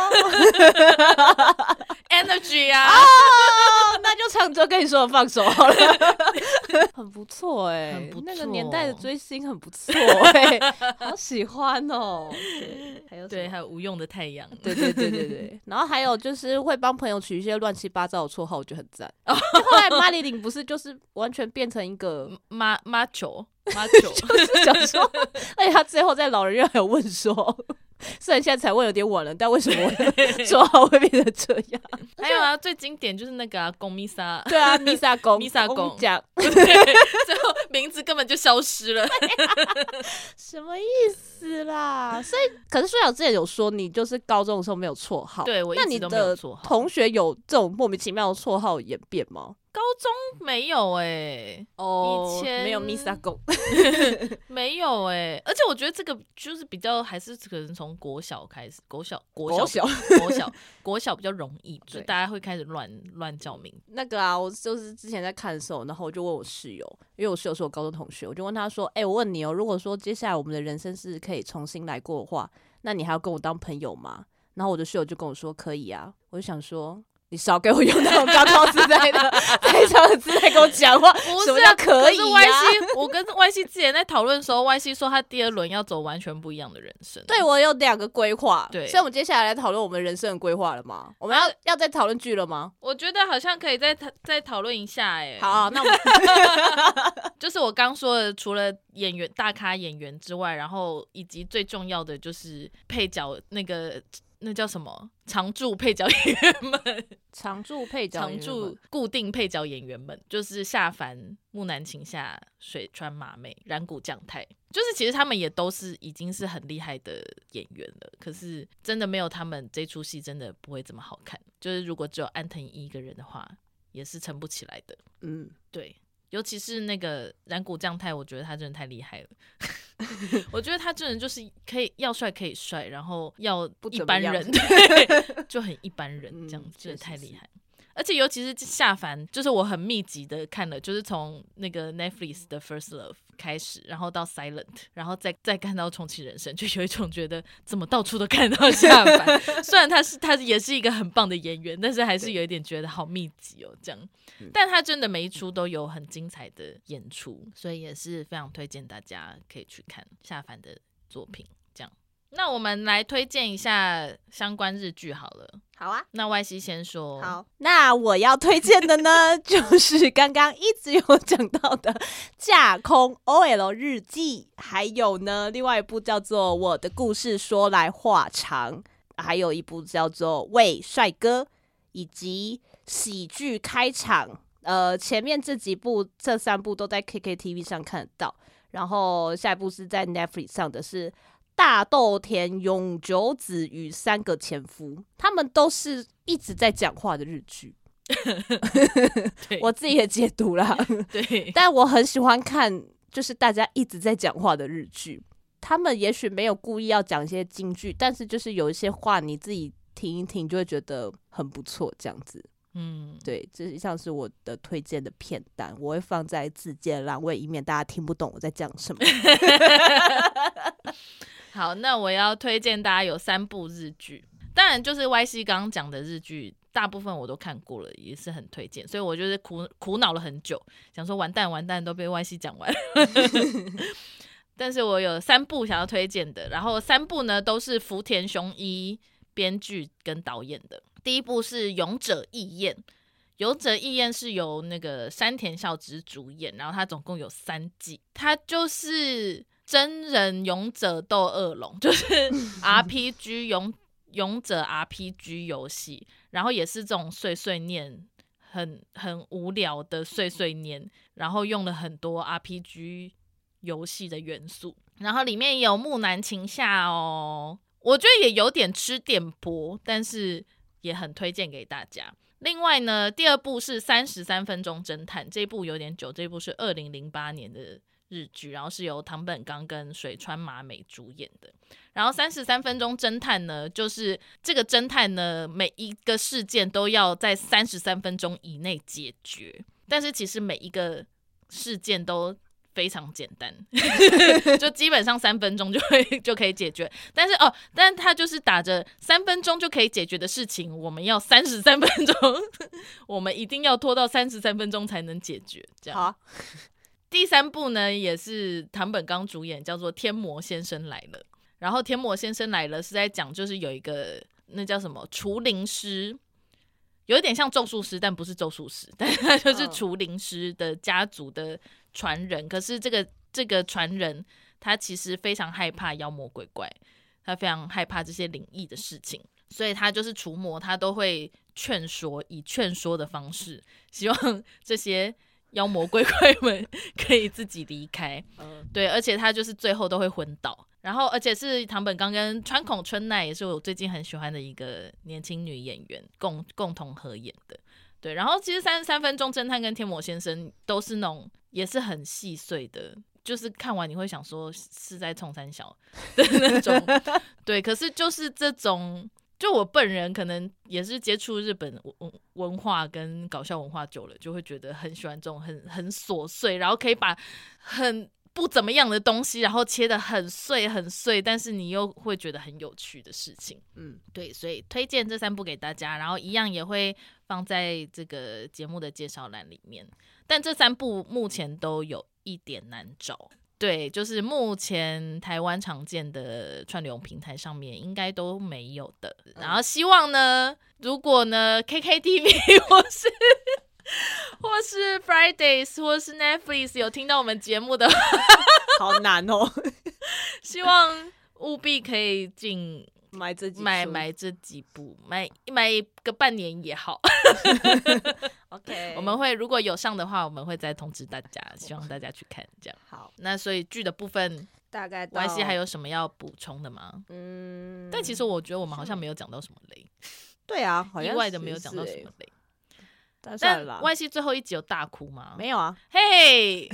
Speaker 2: Energy 啊，
Speaker 1: 哦，那就唱着跟你说放手好了，很不错哎、欸，
Speaker 2: 很不错，
Speaker 1: 那个年代的追星很不错哎、欸，好喜欢哦。对，还有
Speaker 2: 对，还有无用的太阳，
Speaker 1: 对对对对对。然后还有就是会帮朋友取一些乱七八糟的绰号，我觉得很赞。后来马里琳不是就是完全变成一个
Speaker 2: 妈妈球。妈
Speaker 1: 球就是想说，而且他最后在老人院还有问说，虽然现在才问有点晚了，但为什么绰号会变成这样？
Speaker 2: 还有啊，最经典就是那个啊，公米莎，
Speaker 1: 对啊，米莎公，
Speaker 2: 米莎公
Speaker 1: 讲，
Speaker 2: 对，最后名字根本就消失了，
Speaker 1: 什么意思啦？所以，可是舒瑶之前有说，你就是高中的时候没有绰号，
Speaker 2: 对我一直都没有绰号。
Speaker 1: 那你的同学有这种莫名其妙的绰号演变吗？
Speaker 2: 高中没有哎、欸，哦，以前
Speaker 1: 没有 Misa 狗，
Speaker 2: 没有哎、欸，而且我觉得这个就是比较还是可能从国小开始，国小国小国小国小比较容易，就大家会开始乱乱叫名。
Speaker 1: 那个啊，我就是之前在看的时候，然后我就问我室友，因为我室友是我高中同学，我就问他说：“哎、欸，我问你哦，如果说接下来我们的人生是可以重新来过的话，那你还要跟我当朋友吗？”然后我的室友就跟我说：“可以啊。”我就想说。你少给我用那种高高自在的、非常的姿态跟我讲话，
Speaker 2: 不是、啊、
Speaker 1: 什么叫可以、啊？
Speaker 2: 可是 Y C， 我跟 Y C 之前在讨论的时候 ，Y C 说他第二轮要走完全不一样的人生。
Speaker 1: 对，我有两个规划。
Speaker 2: 对，
Speaker 1: 所以我们接下来来讨论我们人生的规划了吗？我们要、啊、要再讨论剧了吗？
Speaker 2: 我觉得好像可以再再讨论一下、欸。哎，
Speaker 1: 好、啊，那我们
Speaker 2: 就是我刚说的，除了演员大咖演员之外，然后以及最重要的就是配角那个。那叫什么？常驻配角演员们，
Speaker 1: 常驻配角演员们，
Speaker 2: 常驻固定配角演员们，就是夏凡、木南晴夏、水川麻美、染谷将太，就是其实他们也都是已经是很厉害的演员了，可是真的没有他们这出戏真的不会这么好看。就是如果只有安藤一一个人的话，也是撑不起来的。嗯，对。尤其是那个染谷将太，我觉得他真的太厉害了。我觉得他真的就是可以要帅可以帅，然后要一般人，对，就很一般人这样，真的太厉害。而且尤其是夏凡，就是我很密集的看了，就是从那个 Netflix 的 First Love 开始，然后到 Silent， 然后再再看到重启人生，就有一种觉得怎么到处都看到夏凡。虽然他是他也是一个很棒的演员，但是还是有一点觉得好密集哦，这样。但他真的每一出都有很精彩的演出，所以也是非常推荐大家可以去看夏凡的作品。这样，那我们来推荐一下相关日剧好了。
Speaker 1: 好啊，
Speaker 2: 那 Y C 先说。
Speaker 1: 好，那我要推荐的呢，就是刚刚一直有讲到的《架空 O L 日记》，还有呢，另外一部叫做《我的故事说来话长》，还有一部叫做《喂帅哥》，以及喜剧开场。呃，前面这几部，这三部都在 K K T V 上看得到，然后下一部是在 Netflix 上的是。大豆田永久子与三个前夫，他们都是一直在讲话的日剧。我自己也解读啦，
Speaker 2: 对，
Speaker 1: 但我很喜欢看，就是大家一直在讲话的日剧。他们也许没有故意要讲一些金句，但是就是有一些话你自己听一听，就会觉得很不错，这样子。嗯，对，这像是我的推荐的片单，我会放在自荐栏位，以免大家听不懂我在讲什么。
Speaker 2: 好，那我要推荐大家有三部日剧，当然就是 Y C 刚刚讲的日剧，大部分我都看过了，也是很推荐，所以我就是苦苦恼了很久，想说完蛋完蛋都被 Y C 讲完了。但是我有三部想要推荐的，然后三部呢都是福田雄一编剧跟导演的。第一部是《勇者义彦》，《勇者义彦》是由那个山田孝之主演，然后它总共有三季，它就是真人勇者斗恶龙，就是 R P G 勇勇者 R P G 游戏，然后也是这种碎碎念，很很无聊的碎碎念，然后用了很多 R P G 游戏的元素，然后里面也有木南晴夏哦，我觉得也有点吃电波，但是也很推荐给大家。另外呢，第二部是三十三分钟侦探，这一部有点久，这一部是二零零八年的日剧，然后是由堂本刚跟水川麻美主演的。然后三十三分钟侦探呢，就是这个侦探呢，每一个事件都要在三十三分钟以内解决，但是其实每一个事件都非常简单就基本上三分钟就会就可以解决，但是哦，但是他就是打着三分钟就可以解决的事情，我们要三十三分钟我们一定要拖到三十三分钟才能解决，这样。
Speaker 1: 好，
Speaker 2: 第三部呢也是堂本刚主演，叫做《天魔先生来了》。然后《天魔先生来了》是在讲就是有一个那叫什么除灵师，有一点像咒术师，但不是咒术师，但他就是除灵师的家族的传人。可是这个这个传人他其实非常害怕妖魔鬼怪，他非常害怕这些灵异的事情，所以他就是除魔，他都会劝说，以劝说的方式，希望这些妖魔鬼怪们可以自己离开。嗯，对，而且他就是最后都会昏倒。然后，而且是堂本刚跟川口春奈，也是我最近很喜欢的一个年轻女演员共共同合演的。对，然后其实三十三分钟侦探跟天魔先生都是那种也是很细碎的，就是看完你会想说是在冲三小的那种。对，可是就是这种，就我本人可能也是接触日本文化跟搞笑文化久了，就会觉得很喜欢这种很很琐碎，然后可以把很不怎么样的东西，然后切得很碎很碎，但是你又会觉得很有趣的事情。嗯，对，所以推荐这三部给大家，然后一样也会放在这个节目的介绍栏里面。但这三部目前都有一点难找，对，就是目前台湾常见的串流平台上面应该都没有的。然后希望呢，如果呢 K K T V 或是或是 Fridays 或是 Netflix 有听到我们节目的
Speaker 1: 好难哦
Speaker 2: 希望务必可以进
Speaker 1: 买这几
Speaker 2: 买买这几部，买买个半年也好
Speaker 1: OK
Speaker 2: 我们会如果有上的话，我们会再通知大家，希望大家去看这样。
Speaker 1: 好，
Speaker 2: 那所以剧的部分
Speaker 1: 大概到
Speaker 2: Y C 还有什么要补充的吗？嗯，但其实我觉得我们好像没有讲到什么雷。
Speaker 1: 对啊，好像
Speaker 2: 意外的没有讲到什么雷。
Speaker 1: 但,
Speaker 2: 但 Y C 最后一集有大哭吗？
Speaker 1: 没有啊，
Speaker 2: 嘿、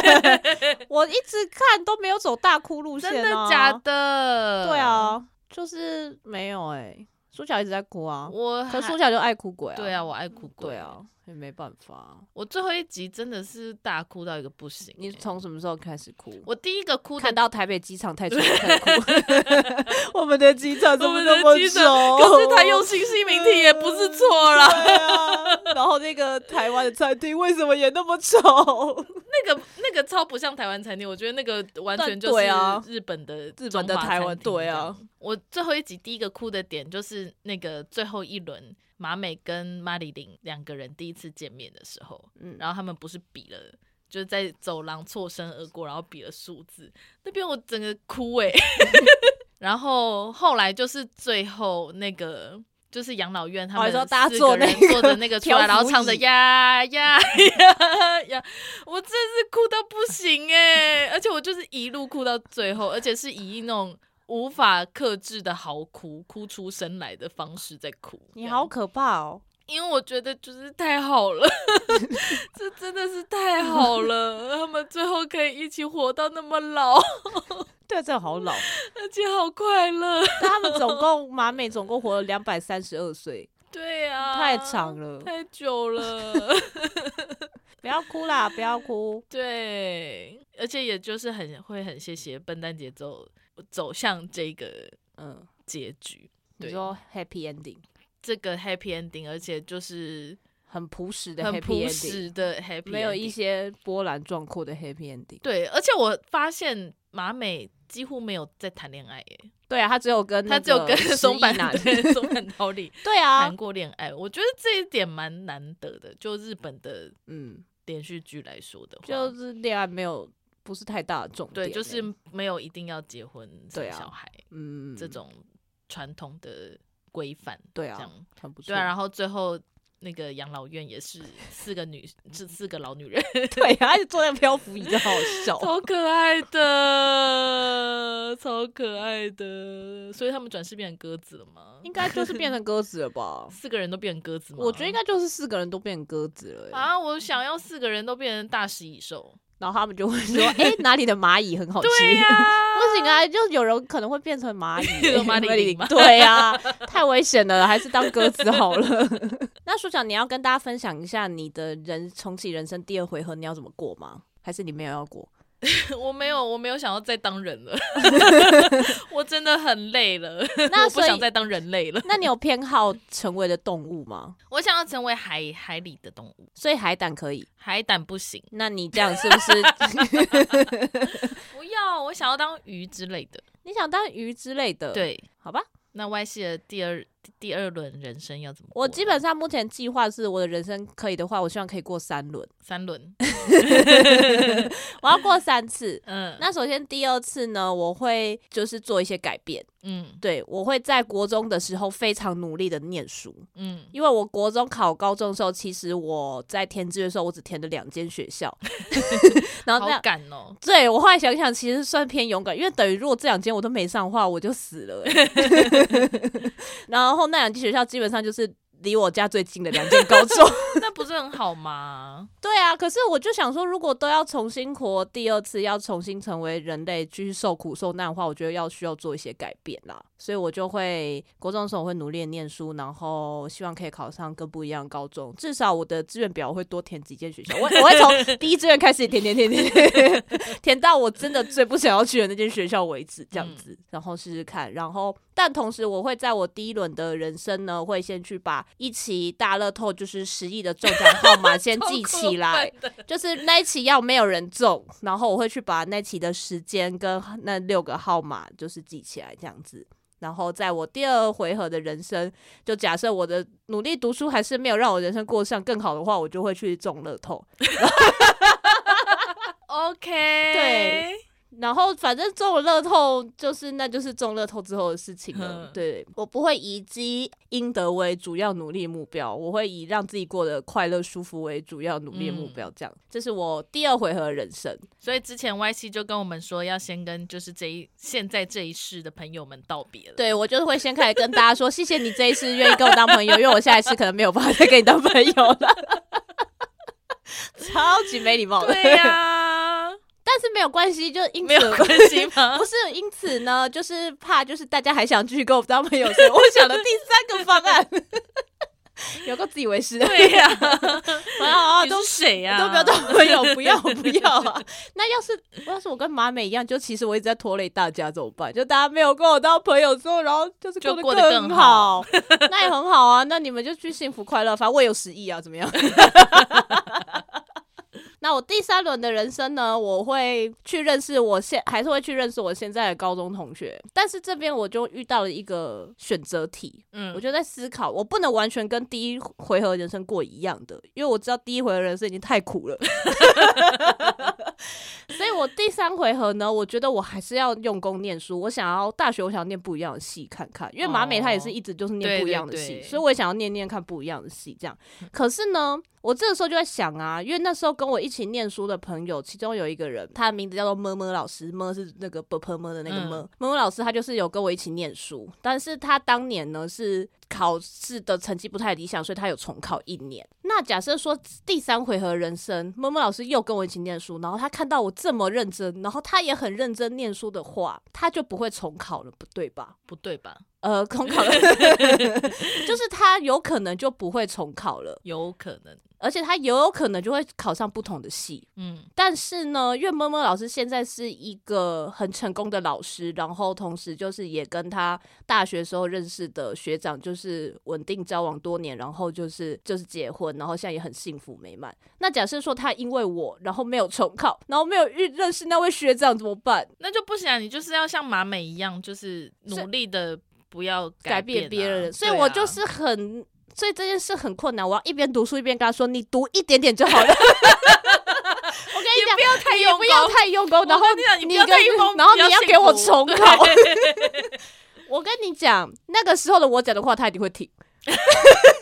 Speaker 1: hey 我一直看都没有走大哭路线、啊、
Speaker 2: 真的假的？
Speaker 1: 对啊，就是没有哎、欸，苏乔一直在哭啊，
Speaker 2: 我
Speaker 1: 可苏乔就爱哭鬼啊。
Speaker 2: 对啊，我爱哭鬼。
Speaker 1: 对啊，也没办法。
Speaker 2: 我最后一集真的是大哭到一个不行、欸。
Speaker 1: 你从什么时候开始哭？
Speaker 2: 我第一个哭的
Speaker 1: 看到台北机场太丑才哭。我们的机场怎么那么丑？
Speaker 2: 可是他用新西名题也不是错啦。
Speaker 1: 对啊，然后那个台湾的餐厅为什么也那么丑？
Speaker 2: 那个那个超不像台湾餐厅，我觉得那个完全就是日本的
Speaker 1: 日本的台湾。对啊，
Speaker 2: 我最后一集第一个哭的点就是那个最后一轮马美跟马里琳两个人第一次见面的时候，嗯，然后他们不是比了，就是在走廊错身而过，然后比了数字，那边我整个哭哎、欸。然后后来就是最后那个。就是养老院，他们四个人坐着那个出来，然后唱着呀呀呀呀，我真是哭到不行哎、欸！而且我就是一路哭到最后，而且是以那种无法克制的嚎哭，哭出声来的方式在哭。
Speaker 1: 你好可怕哦！
Speaker 2: 因为我觉得就是太好了，这真的是太好了，他们最后可以一起活到那么老。
Speaker 1: 对，真的好老，
Speaker 2: 而且好快乐。
Speaker 1: 但他们总共马美总共活了两百三十二岁。
Speaker 2: 对啊，
Speaker 1: 太长了，
Speaker 2: 太久了。
Speaker 1: 不要哭啦，不要哭。
Speaker 2: 对，而且也就是很会很谢谢笨蛋节奏走向这个嗯结局。
Speaker 1: 你说 happy ending，
Speaker 2: 这个 happy ending， 而且就是
Speaker 1: 很朴实的
Speaker 2: happy ending， 很朴实的 happy ending，
Speaker 1: 没有一些波澜壮阔的 happy ending。
Speaker 2: 对，而且我发现马美几乎没有在谈恋爱耶。
Speaker 1: 对啊，他只有跟
Speaker 2: 他只有跟松坂男松坂桃李
Speaker 1: 对啊
Speaker 2: 谈过恋爱，我觉得这一点蛮难得的。就日本的嗯连续剧来说的话，
Speaker 1: 就是恋爱没有不是太大的重点、欸，
Speaker 2: 对，就是没有一定要结婚生小孩，啊、嗯，这种传统的规范，
Speaker 1: 对啊，
Speaker 2: 这样
Speaker 1: 很不错。
Speaker 2: 对啊，然后最后那个养老院也是四个女，是四个老女人，
Speaker 1: 对啊，就坐在漂浮椅，真好笑，
Speaker 2: 超可爱的，超可爱的。所以他们转世变成鸽子了吗？
Speaker 1: 应该就是变成鸽子了吧？
Speaker 2: 四个人都变成鸽子吗？
Speaker 1: 我觉得应该就是四个人都变成鸽子了、欸。
Speaker 2: 啊！我想要四个人都变成大食蚁兽。
Speaker 1: 然后他们就会说：“哎、欸，哪里的蚂蚁很好吃？”
Speaker 2: 对呀、啊，
Speaker 1: 不行啊，就有人可能会变成蚂蚁、欸，
Speaker 2: 蚂蚁灵。
Speaker 1: 对呀、啊，太危险了，还是当鸽子好了。那书长，你要跟大家分享一下你的人重启人生第二回合你要怎么过吗？还是你没有要过？
Speaker 2: 我没有，我没有想要再当人了，我真的很累了，
Speaker 1: 那
Speaker 2: 我不想再当人类了。
Speaker 1: 那你有偏好成为的动物吗？
Speaker 2: 我想要成为海海里的动物，
Speaker 1: 所以海胆可以，
Speaker 2: 海胆不行。
Speaker 1: 那你这样是不是？
Speaker 2: 不要，我想要当鱼之类的。
Speaker 1: 你想当鱼之类的？
Speaker 2: 对，
Speaker 1: 好吧。
Speaker 2: 那 Y C 的第二第二轮人生要怎么过？
Speaker 1: 我基本上目前计划是我的人生可以的话，我希望可以过三轮，
Speaker 2: 三轮，
Speaker 1: 我要过三次。
Speaker 2: 嗯，
Speaker 1: 那首先第二次呢，我会就是做一些改变。
Speaker 2: 嗯，
Speaker 1: 对，我会在国中的时候非常努力的念书。
Speaker 2: 嗯，
Speaker 1: 因为我国中考高中的时候，其实我在填志愿的时候，我只填了两间学校，然后
Speaker 2: 好赶哦。
Speaker 1: 对，我后来想想，其实算偏勇敢，因为等于如果这两间我都没上的话，我就死了、欸。然后那两间学校基本上就是离我家最近的两间高中，
Speaker 2: 那不是很好吗？
Speaker 1: 对啊，可是我就想说，如果都要重新活第二次，要重新成为人类，继续受苦受难的话，我觉得要需要做一些改变啦。所以我就会国中的时候我会努力的念书，然后希望可以考上更不一样的高中，至少我的志愿表会多填几间学校，我我会从第一志愿开始填填填填填填到我真的最不想要去的那间学校为止，这样子，嗯、然后试试看，然后但同时我会在我第一轮的人生呢，会先去把一期大乐透就是十亿的中奖号码先记起来，就是那一期要没有人中，然后我会去把那期的时间跟那六个号码就是记起来，这样子。然后在我第二回合的人生，就假设我的努力读书还是没有让我人生过上更好的话，我就会去中乐透。
Speaker 2: OK，
Speaker 1: 对。然后反正中了乐透，就是那就是中乐透之后的事情了。嗯、对，我不会以积阴德为主要努力目标，我会以让自己过得快乐舒服为主要努力目标。这样，嗯、这是我第二回合的人生。
Speaker 2: 所以之前 Y C 就跟我们说，要先跟就是这一现在这一世的朋友们道别了。
Speaker 1: 对，我就会先开始跟大家说，谢谢你这一世愿意跟我当朋友，因为我下一次可能没有办法再跟你当朋友了。超级没礼貌的。
Speaker 2: 对呀、啊。
Speaker 1: 但是没有关系，就因此
Speaker 2: 没有关系吗？
Speaker 1: 不是，因此呢，就是怕就是大家还想继续跟我当朋友，所以我想了第三个方案。有个自以为是，
Speaker 2: 对呀、
Speaker 1: 啊，
Speaker 2: 你是谁呀、啊？
Speaker 1: 都不要当朋友，不要不要啊！那要是要是我跟马美一样，就其实我一直在拖累大家怎么办？就大家没有跟我当朋友之后，然后就是过得
Speaker 2: 过得更好，
Speaker 1: 那也很好啊。那你们就去幸福快乐，反正我有十亿啊，怎么样？那我第三轮的人生呢，我会去认识我现还是会去认识我现在的高中同学，但是这边我就遇到了一个选择题，嗯，我就在思考，我不能完全跟第一回合人生过一样的，因为我知道第一回合人生已经太苦了，所以我第三回合呢，我觉得我还是要用功念书，我想要大学，我想要念不一样的系看看，因为马美她也是一直就是念不一样的系，哦、对对对，所以我也想要念念看不一样的系，这样，可是呢。我这个时候就在想啊，因为那时候跟我一起念书的朋友，其中有一个人，他的名字叫做么么老师，么是那个 b p m 的那个么，么么老师他就是有跟我一起念书，但是他当年呢是考试的成绩不太理想，所以他有重考一年。那假设说第三回合人生，么么老师又跟我一起念书，然后他看到我这么认真，然后他也很认真念书的话，他就不会重考了，不对吧？
Speaker 2: 不对吧？
Speaker 1: 呃，重考了，就是他有可能就不会重考了，
Speaker 2: 有可能。
Speaker 1: 而且他也有可能就会考上不同的系，嗯，但是呢，因为么么老师现在是一个很成功的老师，然后同时就是也跟他大学时候认识的学长就是稳定交往多年，然后就是就是结婚，然后现在也很幸福美满。那假设说他因为我，然后没有重考，然后没有认识那位学长怎么办？
Speaker 2: 那就不行啊，你就是要像马美一样，就是努力的不要改变、啊、
Speaker 1: 改变别人，所以我就是很。所以这件事很困难，我要一边读书一边跟他说：“你读一点点就好了。”我跟你讲，
Speaker 2: 不要太用功，
Speaker 1: 不要太用功。然后
Speaker 2: 你不要太用功，
Speaker 1: 然后你要给我重考。我跟你讲，那个时候的我讲的话，他一定会听。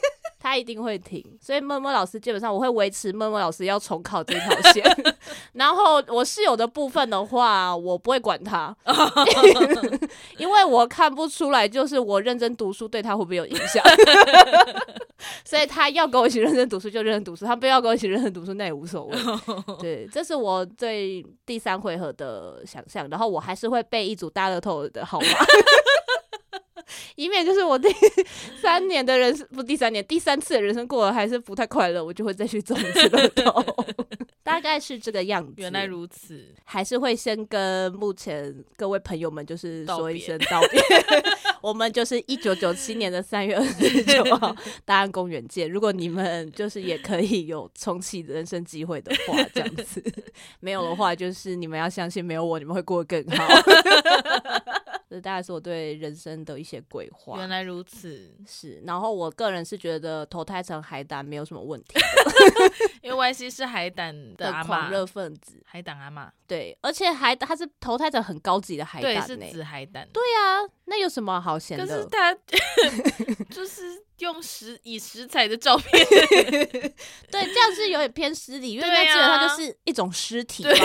Speaker 1: 他一定会听，所以默默老师基本上我会维持默默老师要重考这条线。然后我室友的部分的话，我不会管他，因为我看不出来，就是我认真读书对他会不会有影响。所以他要跟我一起认真读书就认真读书，他不要跟我一起认真读书那也无所谓。对，这是我对第三回合的想象，然后我还是会背一组大乐透的号码。以免就是我第三年的人生不第三年第三次的人生过得还是不太快乐，我就会再去中一次乐透。大概是这个样子。
Speaker 2: 原来如此，
Speaker 1: 还是会先跟目前各位朋友们就是说一声道别。我们就是一九九七年的三月二十九号大安公园见。如果你们就是也可以有重启人生机会的话，这样子没有的话，就是你们要相信没有我，你们会过得更好。这大概是我对人生的一些规划。
Speaker 2: 原来如此，
Speaker 1: 是。然后我个人是觉得投胎成海胆没有什么问题的，
Speaker 2: 因为 Y C 是海胆的阿嬷，
Speaker 1: 狂热分子，
Speaker 2: 海胆阿嬷。
Speaker 1: 对，而且海他是投胎成很高级的海胆、欸，
Speaker 2: 对，是紫海胆。
Speaker 1: 对啊，那有什么好嫌的？
Speaker 2: 可是他就是用食以食材的照片，
Speaker 1: 对，这样是有点偏失礼，因为那基本上就是一种尸体吧。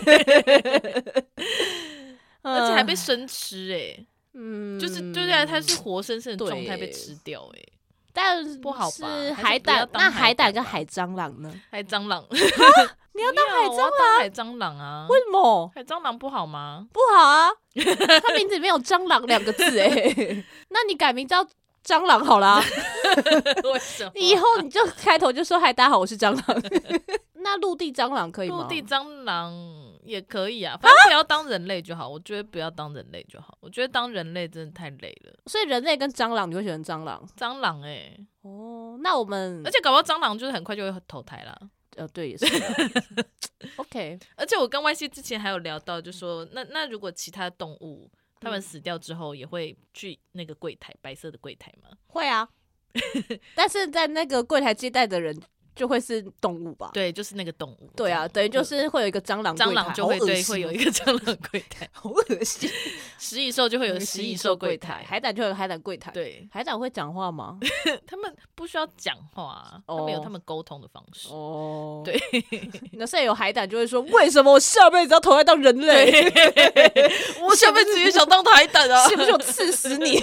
Speaker 2: 而且还被生吃哎、欸，
Speaker 1: 嗯，
Speaker 2: 就是对对，它是活生生的状态被吃掉哎、欸，
Speaker 1: 但
Speaker 2: 不好吧？
Speaker 1: 是海胆，那海胆跟海蟑螂呢？
Speaker 2: 海蟑螂，
Speaker 1: 你要当海蟑螂？
Speaker 2: 海蟑螂啊？
Speaker 1: 为什么？
Speaker 2: 海蟑螂不好吗？
Speaker 1: 不好啊，它名字里面有蟑螂两个字哎、欸，那你改名叫蟑螂好啦。
Speaker 2: 为什么？
Speaker 1: 以后你就开头就说嗨，大家好，我是蟑螂。那陆地蟑螂可以吗？
Speaker 2: 陆地蟑螂也可以啊，反正不要当人类就好。我觉得不要当人类就好。我觉得当人类真的太累了。
Speaker 1: 所以人类跟蟑螂，你会选蟑螂？
Speaker 2: 蟑螂哎、欸，
Speaker 1: 哦，那我们
Speaker 2: 而且搞不好蟑螂就是很快就会投胎啦。
Speaker 1: 呃，对，也是。OK，
Speaker 2: 而且我跟 Y C 之前还有聊到，就说那那如果其他动物他们死掉之后，也会去那个柜台，白色的柜台吗？
Speaker 1: 会啊，但是在那个柜台接待的人就会是动物吧？
Speaker 2: 对，就是那个动物。
Speaker 1: 对啊，等于就是会有一个蟑螂柜台，
Speaker 2: 蟑螂就会对会有一个蟑螂柜台，
Speaker 1: 好恶心。
Speaker 2: 食蚁兽就会有食蚁兽柜台，
Speaker 1: 海胆就有海胆柜台。
Speaker 2: 对，
Speaker 1: 海胆会讲话吗？
Speaker 2: 他们不需要讲话，他们有他们沟通的方式。
Speaker 1: 哦，
Speaker 2: 对，
Speaker 1: 那现在有海胆就会说，为什么我下辈子要投胎当人类？
Speaker 2: 我下辈子也想当海胆啊！
Speaker 1: 是不是我刺死你？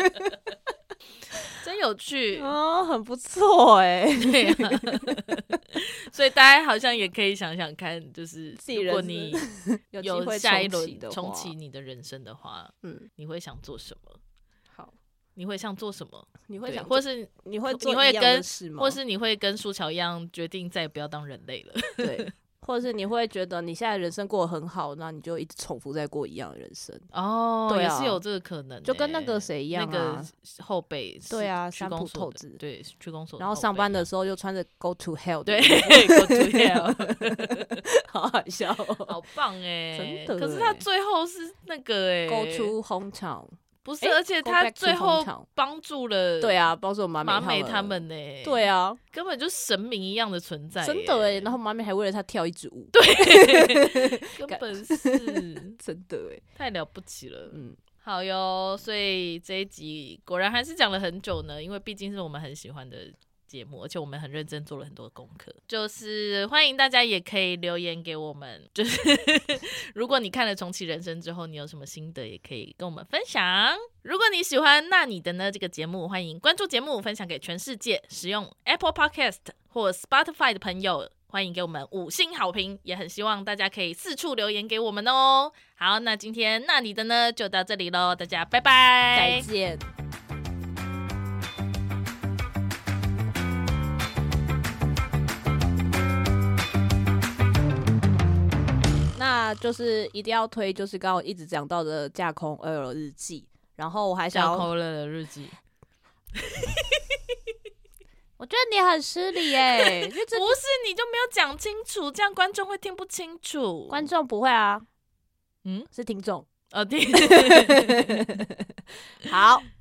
Speaker 2: 真有趣
Speaker 1: 哦，很不错哎、欸。
Speaker 2: 对啊，所以大家好像也可以想想看，就是如果你有下一轮重启你的人生的话，嗯，你会想做什么？
Speaker 1: 好，
Speaker 2: 你会想做什么？
Speaker 1: 你会想，
Speaker 2: 或是
Speaker 1: 你会做
Speaker 2: 你会跟，
Speaker 1: 吗？
Speaker 2: 或是你会跟舒乔一样决定再也不要当人类了？
Speaker 1: 对。或者是你会觉得你现在人生过得很好，那你就一直重复在过一样的人生
Speaker 2: 哦，
Speaker 1: 对啊，
Speaker 2: 也是有这个可能、欸，
Speaker 1: 就跟那个谁一样啊，
Speaker 2: 那个后辈，
Speaker 1: 对啊，三浦透子，
Speaker 2: 对，区公所，
Speaker 1: 然后上班的时候就穿着 Go to Hell，
Speaker 2: 对 ，Go to Hell，
Speaker 1: 好好笑、哦，
Speaker 2: 好棒哎、
Speaker 1: 欸，真的。
Speaker 2: 可是他最后是那个哎、欸、
Speaker 1: ，Go to Hometown。
Speaker 2: 不是，而且他最后帮助了，
Speaker 1: 对啊，帮助马
Speaker 2: 马
Speaker 1: 美
Speaker 2: 他们呢、欸，
Speaker 1: 对啊，
Speaker 2: 根本就神明一样的存在、欸，
Speaker 1: 真的哎、欸。然后马美还为了他跳一支舞，
Speaker 2: 对，根本是
Speaker 1: 真的哎、欸，
Speaker 2: 太了不起了，
Speaker 1: 嗯。
Speaker 2: 好哟，所以这一集果然还是讲了很久呢，因为毕竟是我们很喜欢的节目，而且我们很认真做了很多功课，就是欢迎大家也可以留言给我们，就是如果你看了重启人生之后你有什么心得也可以跟我们分享。如果你喜欢那你的呢这个节目，欢迎关注节目分享给全世界，使用 Apple Podcast 或 Spotify 的朋友欢迎给我们五星好评，也很希望大家可以四处留言给我们哦。好，那今天那你的呢就到这里咯，大家拜拜，
Speaker 1: 再见。那就是一定要推，就是刚刚一直讲到的架空二尔日记，然后我还想要
Speaker 2: 架空二尔日记。
Speaker 1: 我觉得你很失礼耶、欸，不是
Speaker 2: 你就没有讲清楚，这样观众会听不清楚。
Speaker 1: 观众不会啊，
Speaker 2: 嗯，
Speaker 1: 是听众。
Speaker 2: 哦，听。
Speaker 1: 好。